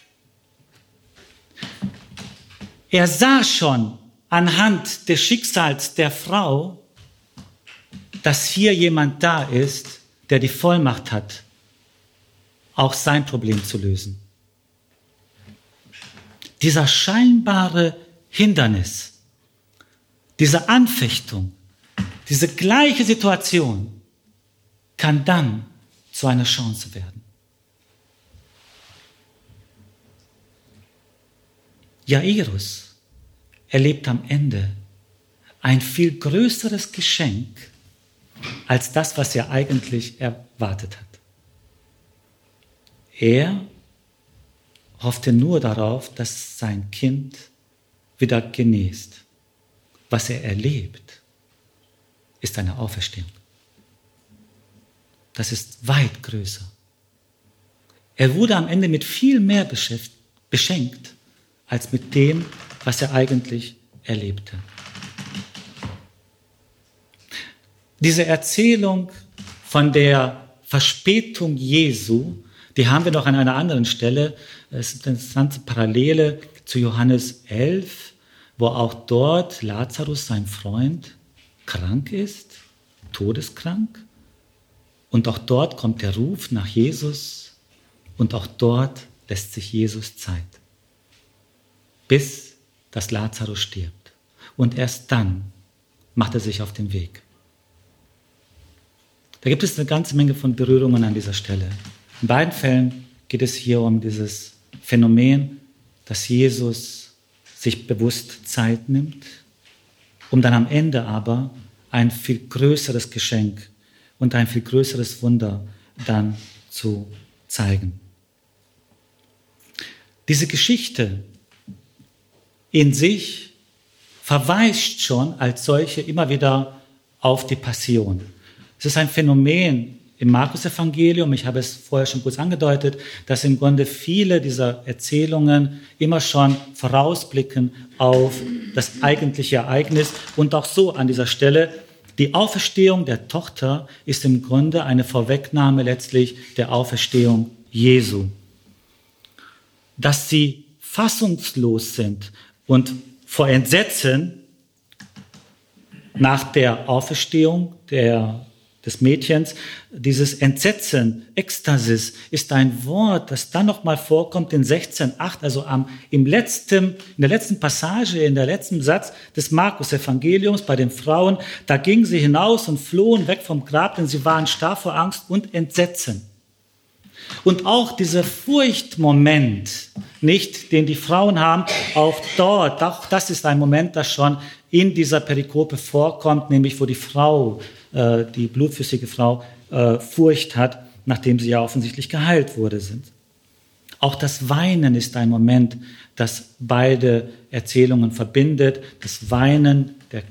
Er sah schon anhand des Schicksals der Frau, dass hier jemand da ist, der die Vollmacht hat, auch sein Problem zu lösen. Dieser scheinbare Hindernis, diese Anfechtung, diese gleiche Situation kann dann zu einer Chance werden. Jairus erlebt am Ende ein viel größeres Geschenk als das, was er eigentlich erwartet hat. Er hoffte nur darauf, dass sein Kind wieder genest. Was er erlebt, ist eine Auferstehung. Das ist weit größer. Er wurde am Ende mit viel mehr beschenkt, als mit dem, was er eigentlich erlebte. Diese Erzählung von der Verspätung Jesu, die haben wir noch an einer anderen Stelle. Es ist eine interessante Parallele zu Johannes elf, wo auch dort Lazarus, sein Freund, krank ist, todeskrank. Und auch dort kommt der Ruf nach Jesus und auch dort lässt sich Jesus Zeit, bis dass Lazarus stirbt. Und erst dann macht er sich auf den Weg. Da gibt es eine ganze Menge von Berührungen an dieser Stelle. In beiden Fällen geht es hier um dieses Phänomen, dass Jesus sich bewusst Zeit nimmt, um dann am Ende aber ein viel größeres Geschenk und ein viel größeres Wunder dann zu zeigen. Diese Geschichte in sich verweist schon als solche immer wieder auf die Passion. Es ist ein Phänomen im Markus-Evangelium, ich habe es vorher schon kurz angedeutet, dass im Grunde viele dieser Erzählungen immer schon vorausblicken auf das eigentliche Ereignis. Und auch so an dieser Stelle, die Auferstehung der Tochter ist im Grunde eine Vorwegnahme letztlich der Auferstehung Jesu. Dass sie fassungslos sind und vor Entsetzen nach der Auferstehung der des Mädchens, dieses Entsetzen, Ekstasis, ist ein Wort, das dann nochmal vorkommt in sechzehn acht, also am, im letzten, in der letzten Passage, in der letzten Satz des Markus-Evangeliums bei den Frauen. Da gingen sie hinaus und flohen weg vom Grab, denn sie waren starr vor Angst und Entsetzen. Und auch dieser Furchtmoment, nicht, den die Frauen haben, auch dort, auch das ist ein Moment, das schon in dieser Perikope vorkommt, nämlich wo die Frau, äh, die blutflüssige Frau, äh, Furcht hat, nachdem sie ja offensichtlich geheilt wurde. Sind. Auch das Weinen ist ein Moment, das beide Erzählungen verbindet. Das Weinen der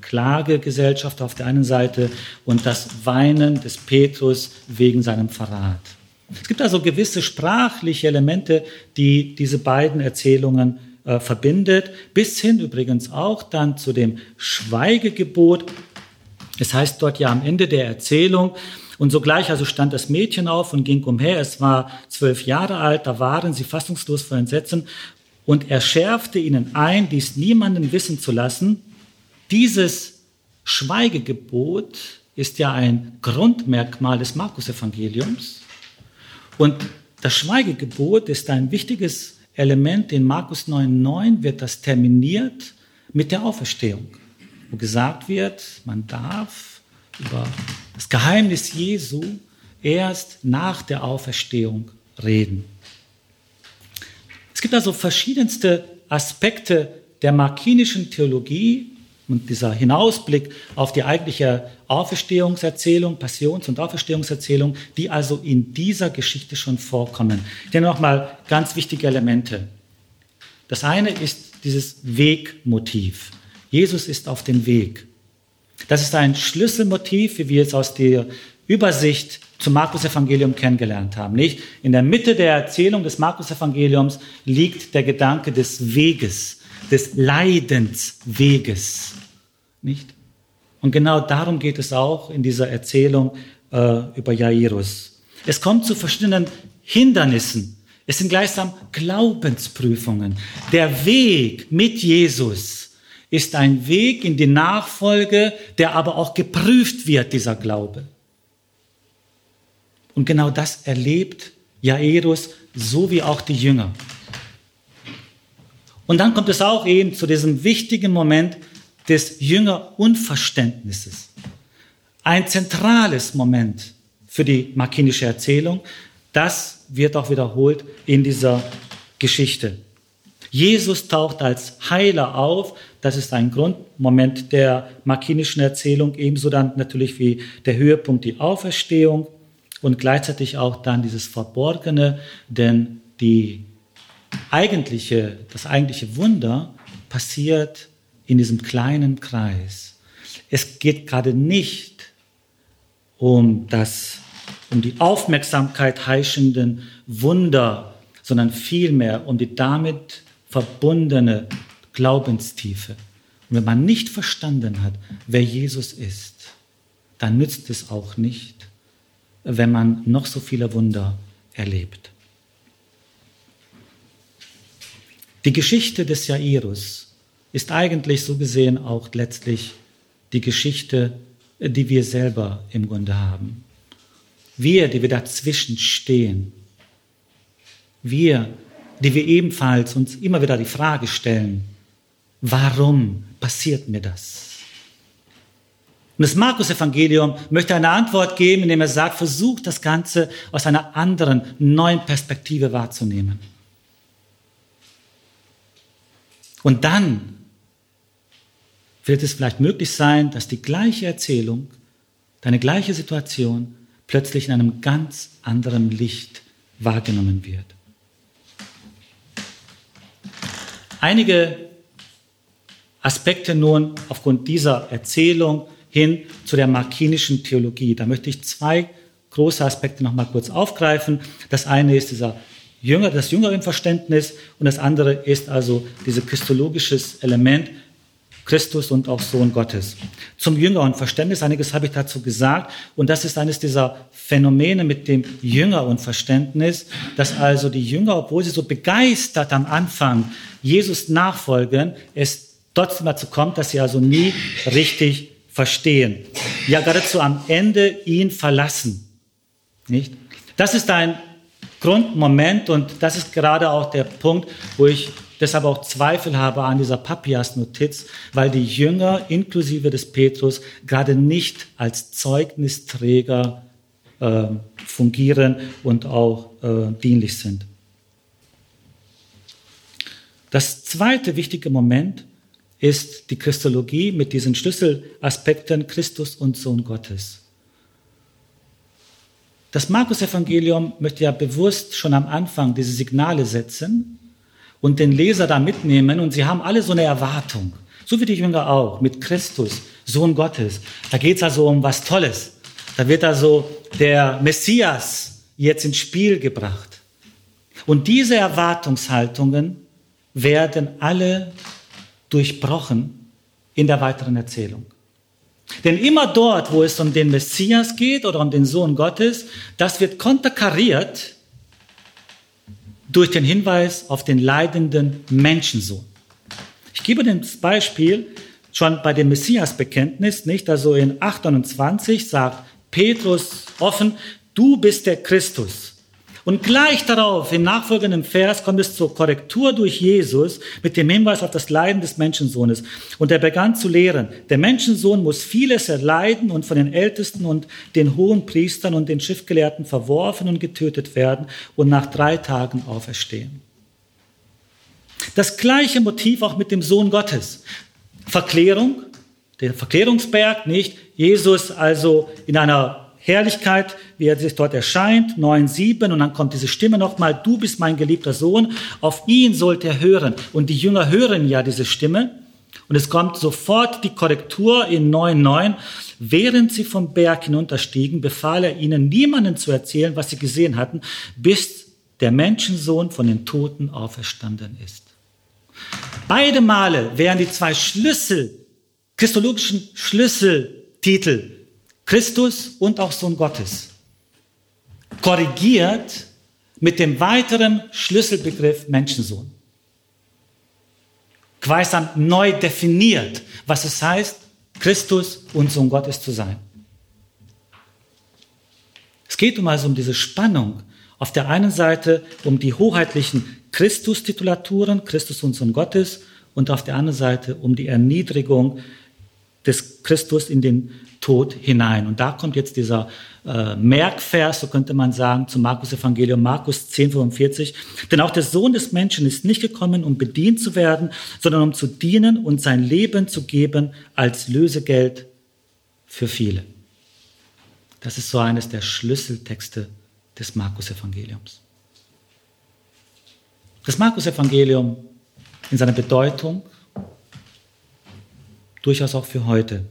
Klagegesellschaft auf der einen Seite und das Weinen des Petrus wegen seinem Verrat. Es gibt also gewisse sprachliche Elemente, die diese beiden Erzählungen äh, verbindet, bis hin übrigens auch dann zu dem Schweigegebot. Es heißt dort ja am Ende der Erzählung, und sogleich also stand das Mädchen auf und ging umher. Es war zwölf Jahre alt, da waren sie fassungslos vor Entsetzen. Und er schärfte ihnen ein, dies niemandem wissen zu lassen. Dieses Schweigegebot ist ja ein Grundmerkmal des Markus-Evangeliums. Und das Schweigegebot ist ein wichtiges Element. In Markus neun neun wird das terminiert mit der Auferstehung, wo gesagt wird, man darf über das Geheimnis Jesu erst nach der Auferstehung reden. Es gibt also verschiedenste Aspekte der markinischen Theologie und dieser Hinausblick auf die eigentliche Auferstehungserzählung, Passions- und Auferstehungserzählung, die also in dieser Geschichte schon vorkommen. Ich nenne nochmal ganz wichtige Elemente. Das eine ist dieses Wegmotiv. Jesus ist auf dem Weg. Das ist ein Schlüsselmotiv, wie wir es aus der Übersicht zum Markus-Evangelium kennengelernt haben. Nicht? In der Mitte der Erzählung des Markus-Evangeliums liegt der Gedanke des Weges, des Leidensweges. Nicht? Und genau darum geht es auch in dieser Erzählung äh, über Jairus. Es kommt zu verschiedenen Hindernissen. Es sind gleichsam Glaubensprüfungen. Der Weg mit Jesus ist ein Weg in die Nachfolge, der aber auch geprüft wird, dieser Glaube. Und genau das erlebt Jairus, so wie auch die Jünger. Und dann kommt es auch eben zu diesem wichtigen Moment des Jüngerunverständnisses. Ein zentrales Moment für die markinische Erzählung. Das wird auch wiederholt in dieser Geschichte. Jesus taucht als Heiler auf. Das ist ein Grundmoment der markinischen Erzählung. Ebenso dann natürlich wie der Höhepunkt die Auferstehung und gleichzeitig auch dann dieses Verborgene, denn die eigentliche, das eigentliche Wunder passiert in diesem kleinen Kreis. Es geht gerade nicht um das, um die Aufmerksamkeit heischenden Wunder, sondern vielmehr um die damit verbundene Glaubenstiefe. Und wenn man nicht verstanden hat, wer Jesus ist, dann nützt es auch nicht, wenn man noch so viele Wunder erlebt. Die Geschichte des Jairus ist eigentlich so gesehen auch letztlich die Geschichte, die wir selber im Grunde haben. Wir, die wir dazwischen stehen. Wir, die wir ebenfalls uns immer wieder die Frage stellen, warum passiert mir das? Und das Markus-Evangelium möchte eine Antwort geben, indem er sagt, versucht das Ganze aus einer anderen, neuen Perspektive wahrzunehmen. Und dann wird es vielleicht möglich sein, dass die gleiche Erzählung, deine gleiche Situation plötzlich in einem ganz anderen Licht wahrgenommen wird. Einige Aspekte nun aufgrund dieser Erzählung hin zu der markinischen Theologie. Da möchte ich zwei große Aspekte noch mal kurz aufgreifen. Das eine ist dieser Jünger, das Jüngerenverständnis und das andere ist also dieses christologisches Element, Christus und auch Sohn Gottes. Zum Jüngerenverständnis, einiges habe ich dazu gesagt, und das ist eines dieser Phänomene mit dem Jüngerenverständnis, dass also die Jünger, obwohl sie so begeistert am Anfang Jesus nachfolgen, es trotzdem dazu kommt, dass sie also nie richtig verstehen. Ja, geradezu am Ende ihn verlassen. Nicht? Das ist ein Grundmoment und das ist gerade auch der Punkt, wo ich deshalb auch Zweifel habe an dieser Papias-Notiz, weil die Jünger inklusive des Petrus gerade nicht als Zeugnisträger äh, fungieren und auch äh, dienlich sind. Das zweite wichtige Moment ist die Christologie mit diesen Schlüsselaspekten Christus und Sohn Gottes. Das Markus-Evangelium möchte ja bewusst schon am Anfang diese Signale setzen und den Leser da mitnehmen und sie haben alle so eine Erwartung, so wie die Jünger auch, mit Christus, Sohn Gottes. Da geht es also um was Tolles. Da wird also der Messias, jetzt ins Spiel gebracht. Und diese Erwartungshaltungen werden alle durchbrochen in der weiteren Erzählung. Denn immer dort, wo es um den Messias geht oder um den Sohn Gottes, das wird konterkariert durch den Hinweis auf den leidenden Menschensohn. Ich gebe das Beispiel schon bei dem Messias-Bekenntnis, nicht? Also in achtundzwanzig sagt Petrus offen, du bist der Christus. Und gleich darauf, im nachfolgenden Vers, kommt es zur Korrektur durch Jesus mit dem Hinweis auf das Leiden des Menschensohnes. Und er begann zu lehren, der Menschensohn muss vieles erleiden und von den Ältesten und den hohen Priestern und den Schriftgelehrten verworfen und getötet werden und nach drei Tagen auferstehen. Das gleiche Motiv auch mit dem Sohn Gottes. Verklärung, der Verklärungsberg, nicht? Jesus also in einer Herrlichkeit, wie er sich dort erscheint, neun sieben, und dann kommt diese Stimme nochmal, du bist mein geliebter Sohn, auf ihn sollt ihr hören. Und die Jünger hören ja diese Stimme. Und es kommt sofort die Korrektur in neun neun. Während sie vom Berg hinunterstiegen, befahl er ihnen, niemanden zu erzählen, was sie gesehen hatten, bis der Menschensohn von den Toten auferstanden ist. Beide Male wären die zwei Schlüssel, christologischen Schlüsseltitel, Christus und auch Sohn Gottes, korrigiert mit dem weiteren Schlüsselbegriff Menschensohn. Gleichsam neu definiert, was es heißt, Christus und Sohn Gottes zu sein. Es geht um also um diese Spannung. Auf der einen Seite um die hoheitlichen Christus-Titulaturen, Christus und Sohn Gottes, und auf der anderen Seite um die Erniedrigung des Christus in den Tod hinein. Und da kommt jetzt dieser äh, Merkvers, so könnte man sagen, zum Markus-Evangelium, Markus zehn fünfundvierzig. Denn auch der Sohn des Menschen ist nicht gekommen, um bedient zu werden, sondern um zu dienen und sein Leben zu geben als Lösegeld für viele. Das ist so eines der Schlüsseltexte des Markus-Evangeliums. Das Markus-Evangelium in seiner Bedeutung durchaus auch für heute.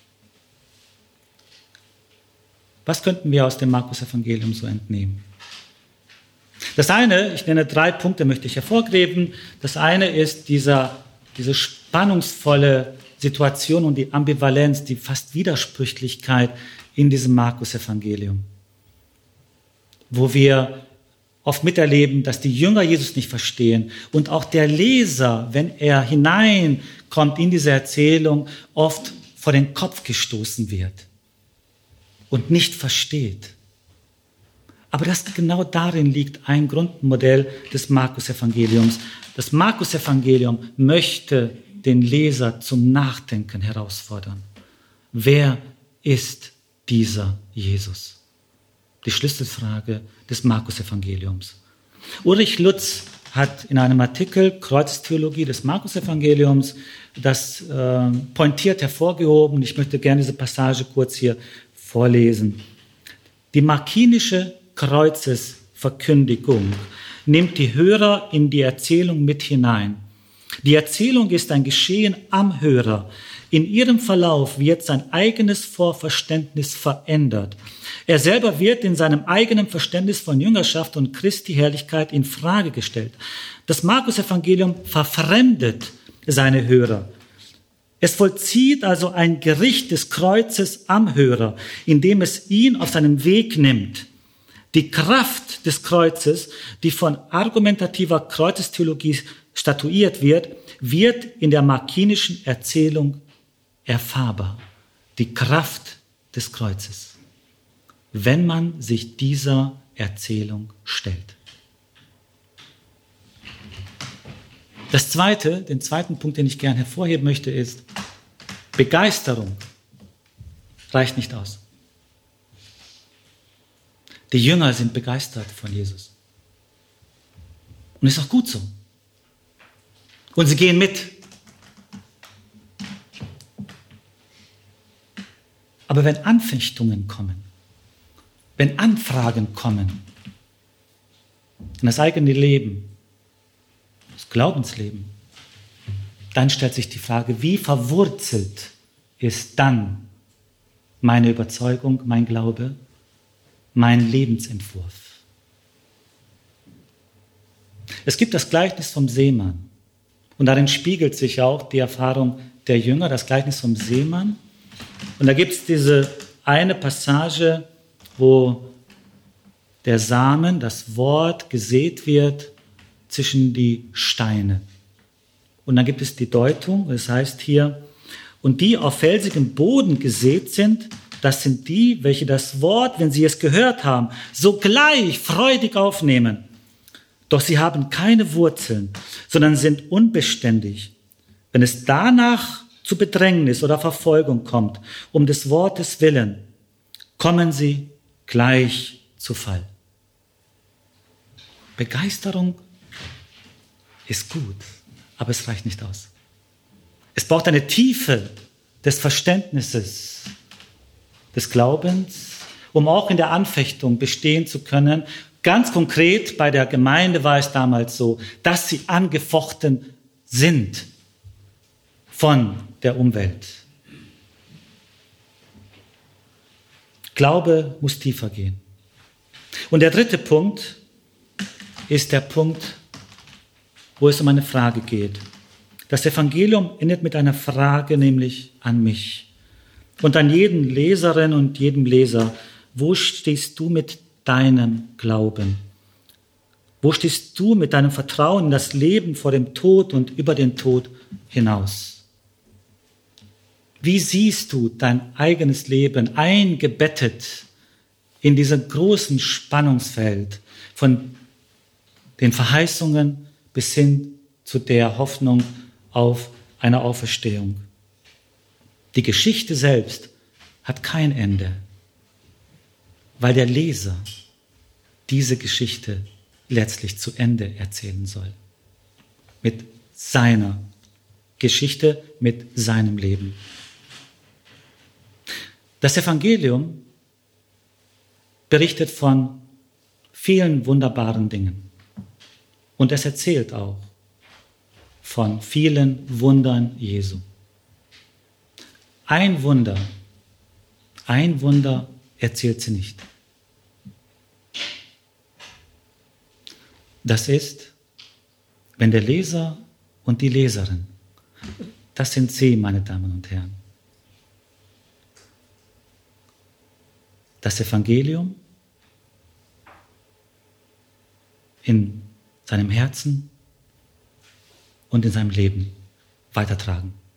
Was könnten wir aus dem Markus-Evangelium so entnehmen? Das eine, ich nenne drei Punkte, möchte ich hervorheben. Das eine ist dieser, diese spannungsvolle Situation und die Ambivalenz, die fast Widersprüchlichkeit in diesem Markus-Evangelium, wo wir oft miterleben, dass die Jünger Jesus nicht verstehen und auch der Leser, wenn er hineinkommt in diese Erzählung, oft vor den Kopf gestoßen wird und nicht versteht. Aber das genau darin liegt ein Grundmodell des Markus-Evangeliums. Das Markus-Evangelium möchte den Leser zum Nachdenken herausfordern. Wer ist dieser Jesus? Die Schlüsselfrage des Markus-Evangeliums. Ulrich Lutz hat in einem Artikel Kreuzestheologie des Markus-Evangeliums das äh, pointiert hervorgehoben. Ich möchte gerne diese Passage kurz hier vorlesen. Die markinische Kreuzesverkündigung nimmt die Hörer in die Erzählung mit hinein. Die Erzählung ist ein Geschehen am Hörer. In ihrem Verlauf wird sein eigenes Vorverständnis verändert. Er selber wird in seinem eigenen Verständnis von Jüngerschaft und Christi Herrlichkeit in Frage gestellt. Das Markus-Evangelium verfremdet seine Hörer. Es vollzieht also ein Gericht des Kreuzes am Hörer, indem es ihn auf seinen Weg nimmt. Die Kraft des Kreuzes, die von argumentativer Kreuzestheologie statuiert wird, wird in der markinischen Erzählung erfahrbar. Die Kraft des Kreuzes, wenn man sich dieser Erzählung stellt. Das zweite, den zweiten Punkt, den ich gerne hervorheben möchte, ist, Begeisterung reicht nicht aus. Die Jünger sind begeistert von Jesus. Und ist auch gut so. Und sie gehen mit. Aber wenn Anfechtungen kommen, wenn Anfragen kommen in das eigene Leben, das Glaubensleben, dann stellt sich die Frage, wie verwurzelt ist dann meine Überzeugung, mein Glaube, mein Lebensentwurf? Es gibt das Gleichnis vom Seemann. Und darin spiegelt sich auch die Erfahrung der Jünger, das Gleichnis vom Seemann. Und da gibt es diese eine Passage, wo der Samen, das Wort, gesät wird zwischen die Steine. Und dann gibt es die Deutung, das heißt hier, und die auf felsigem Boden gesät sind, das sind die, welche das Wort, wenn sie es gehört haben, sogleich freudig aufnehmen. Doch sie haben keine Wurzeln, sondern sind unbeständig. Wenn es danach zu Bedrängnis oder Verfolgung kommt, um des Wortes willen, kommen sie gleich zu Fall. Begeisterung ist gut, aber es reicht nicht aus. Es braucht eine Tiefe des Verständnisses, des Glaubens, um auch in der Anfechtung bestehen zu können. Ganz konkret bei der Gemeinde war es damals so, dass sie angefochten sind von der Umwelt. Glaube muss tiefer gehen. Und der dritte Punkt ist der Punkt, wo es um eine Frage geht. Das Evangelium endet mit einer Frage, nämlich an mich und an jeden Leserin und jedem Leser. Wo stehst du mit deinem Glauben? Wo stehst du mit deinem Vertrauen in das Leben vor dem Tod und über den Tod hinaus? Wie siehst du dein eigenes Leben eingebettet in diesem großen Spannungsfeld von den Verheißungen bis hin zu der Hoffnung auf eine Auferstehung? Die Geschichte selbst hat kein Ende, weil der Leser diese Geschichte letztlich zu Ende erzählen soll. Mit seiner Geschichte, mit seinem Leben. Das Evangelium berichtet von vielen wunderbaren Dingen. Und es erzählt auch von vielen Wundern Jesu. Ein Wunder, ein Wunder erzählt sie nicht. Das ist, wenn der Leser und die Leserin, das sind Sie, meine Damen und Herren, das Evangelium in seinem Herzen und in seinem Leben weitertragen.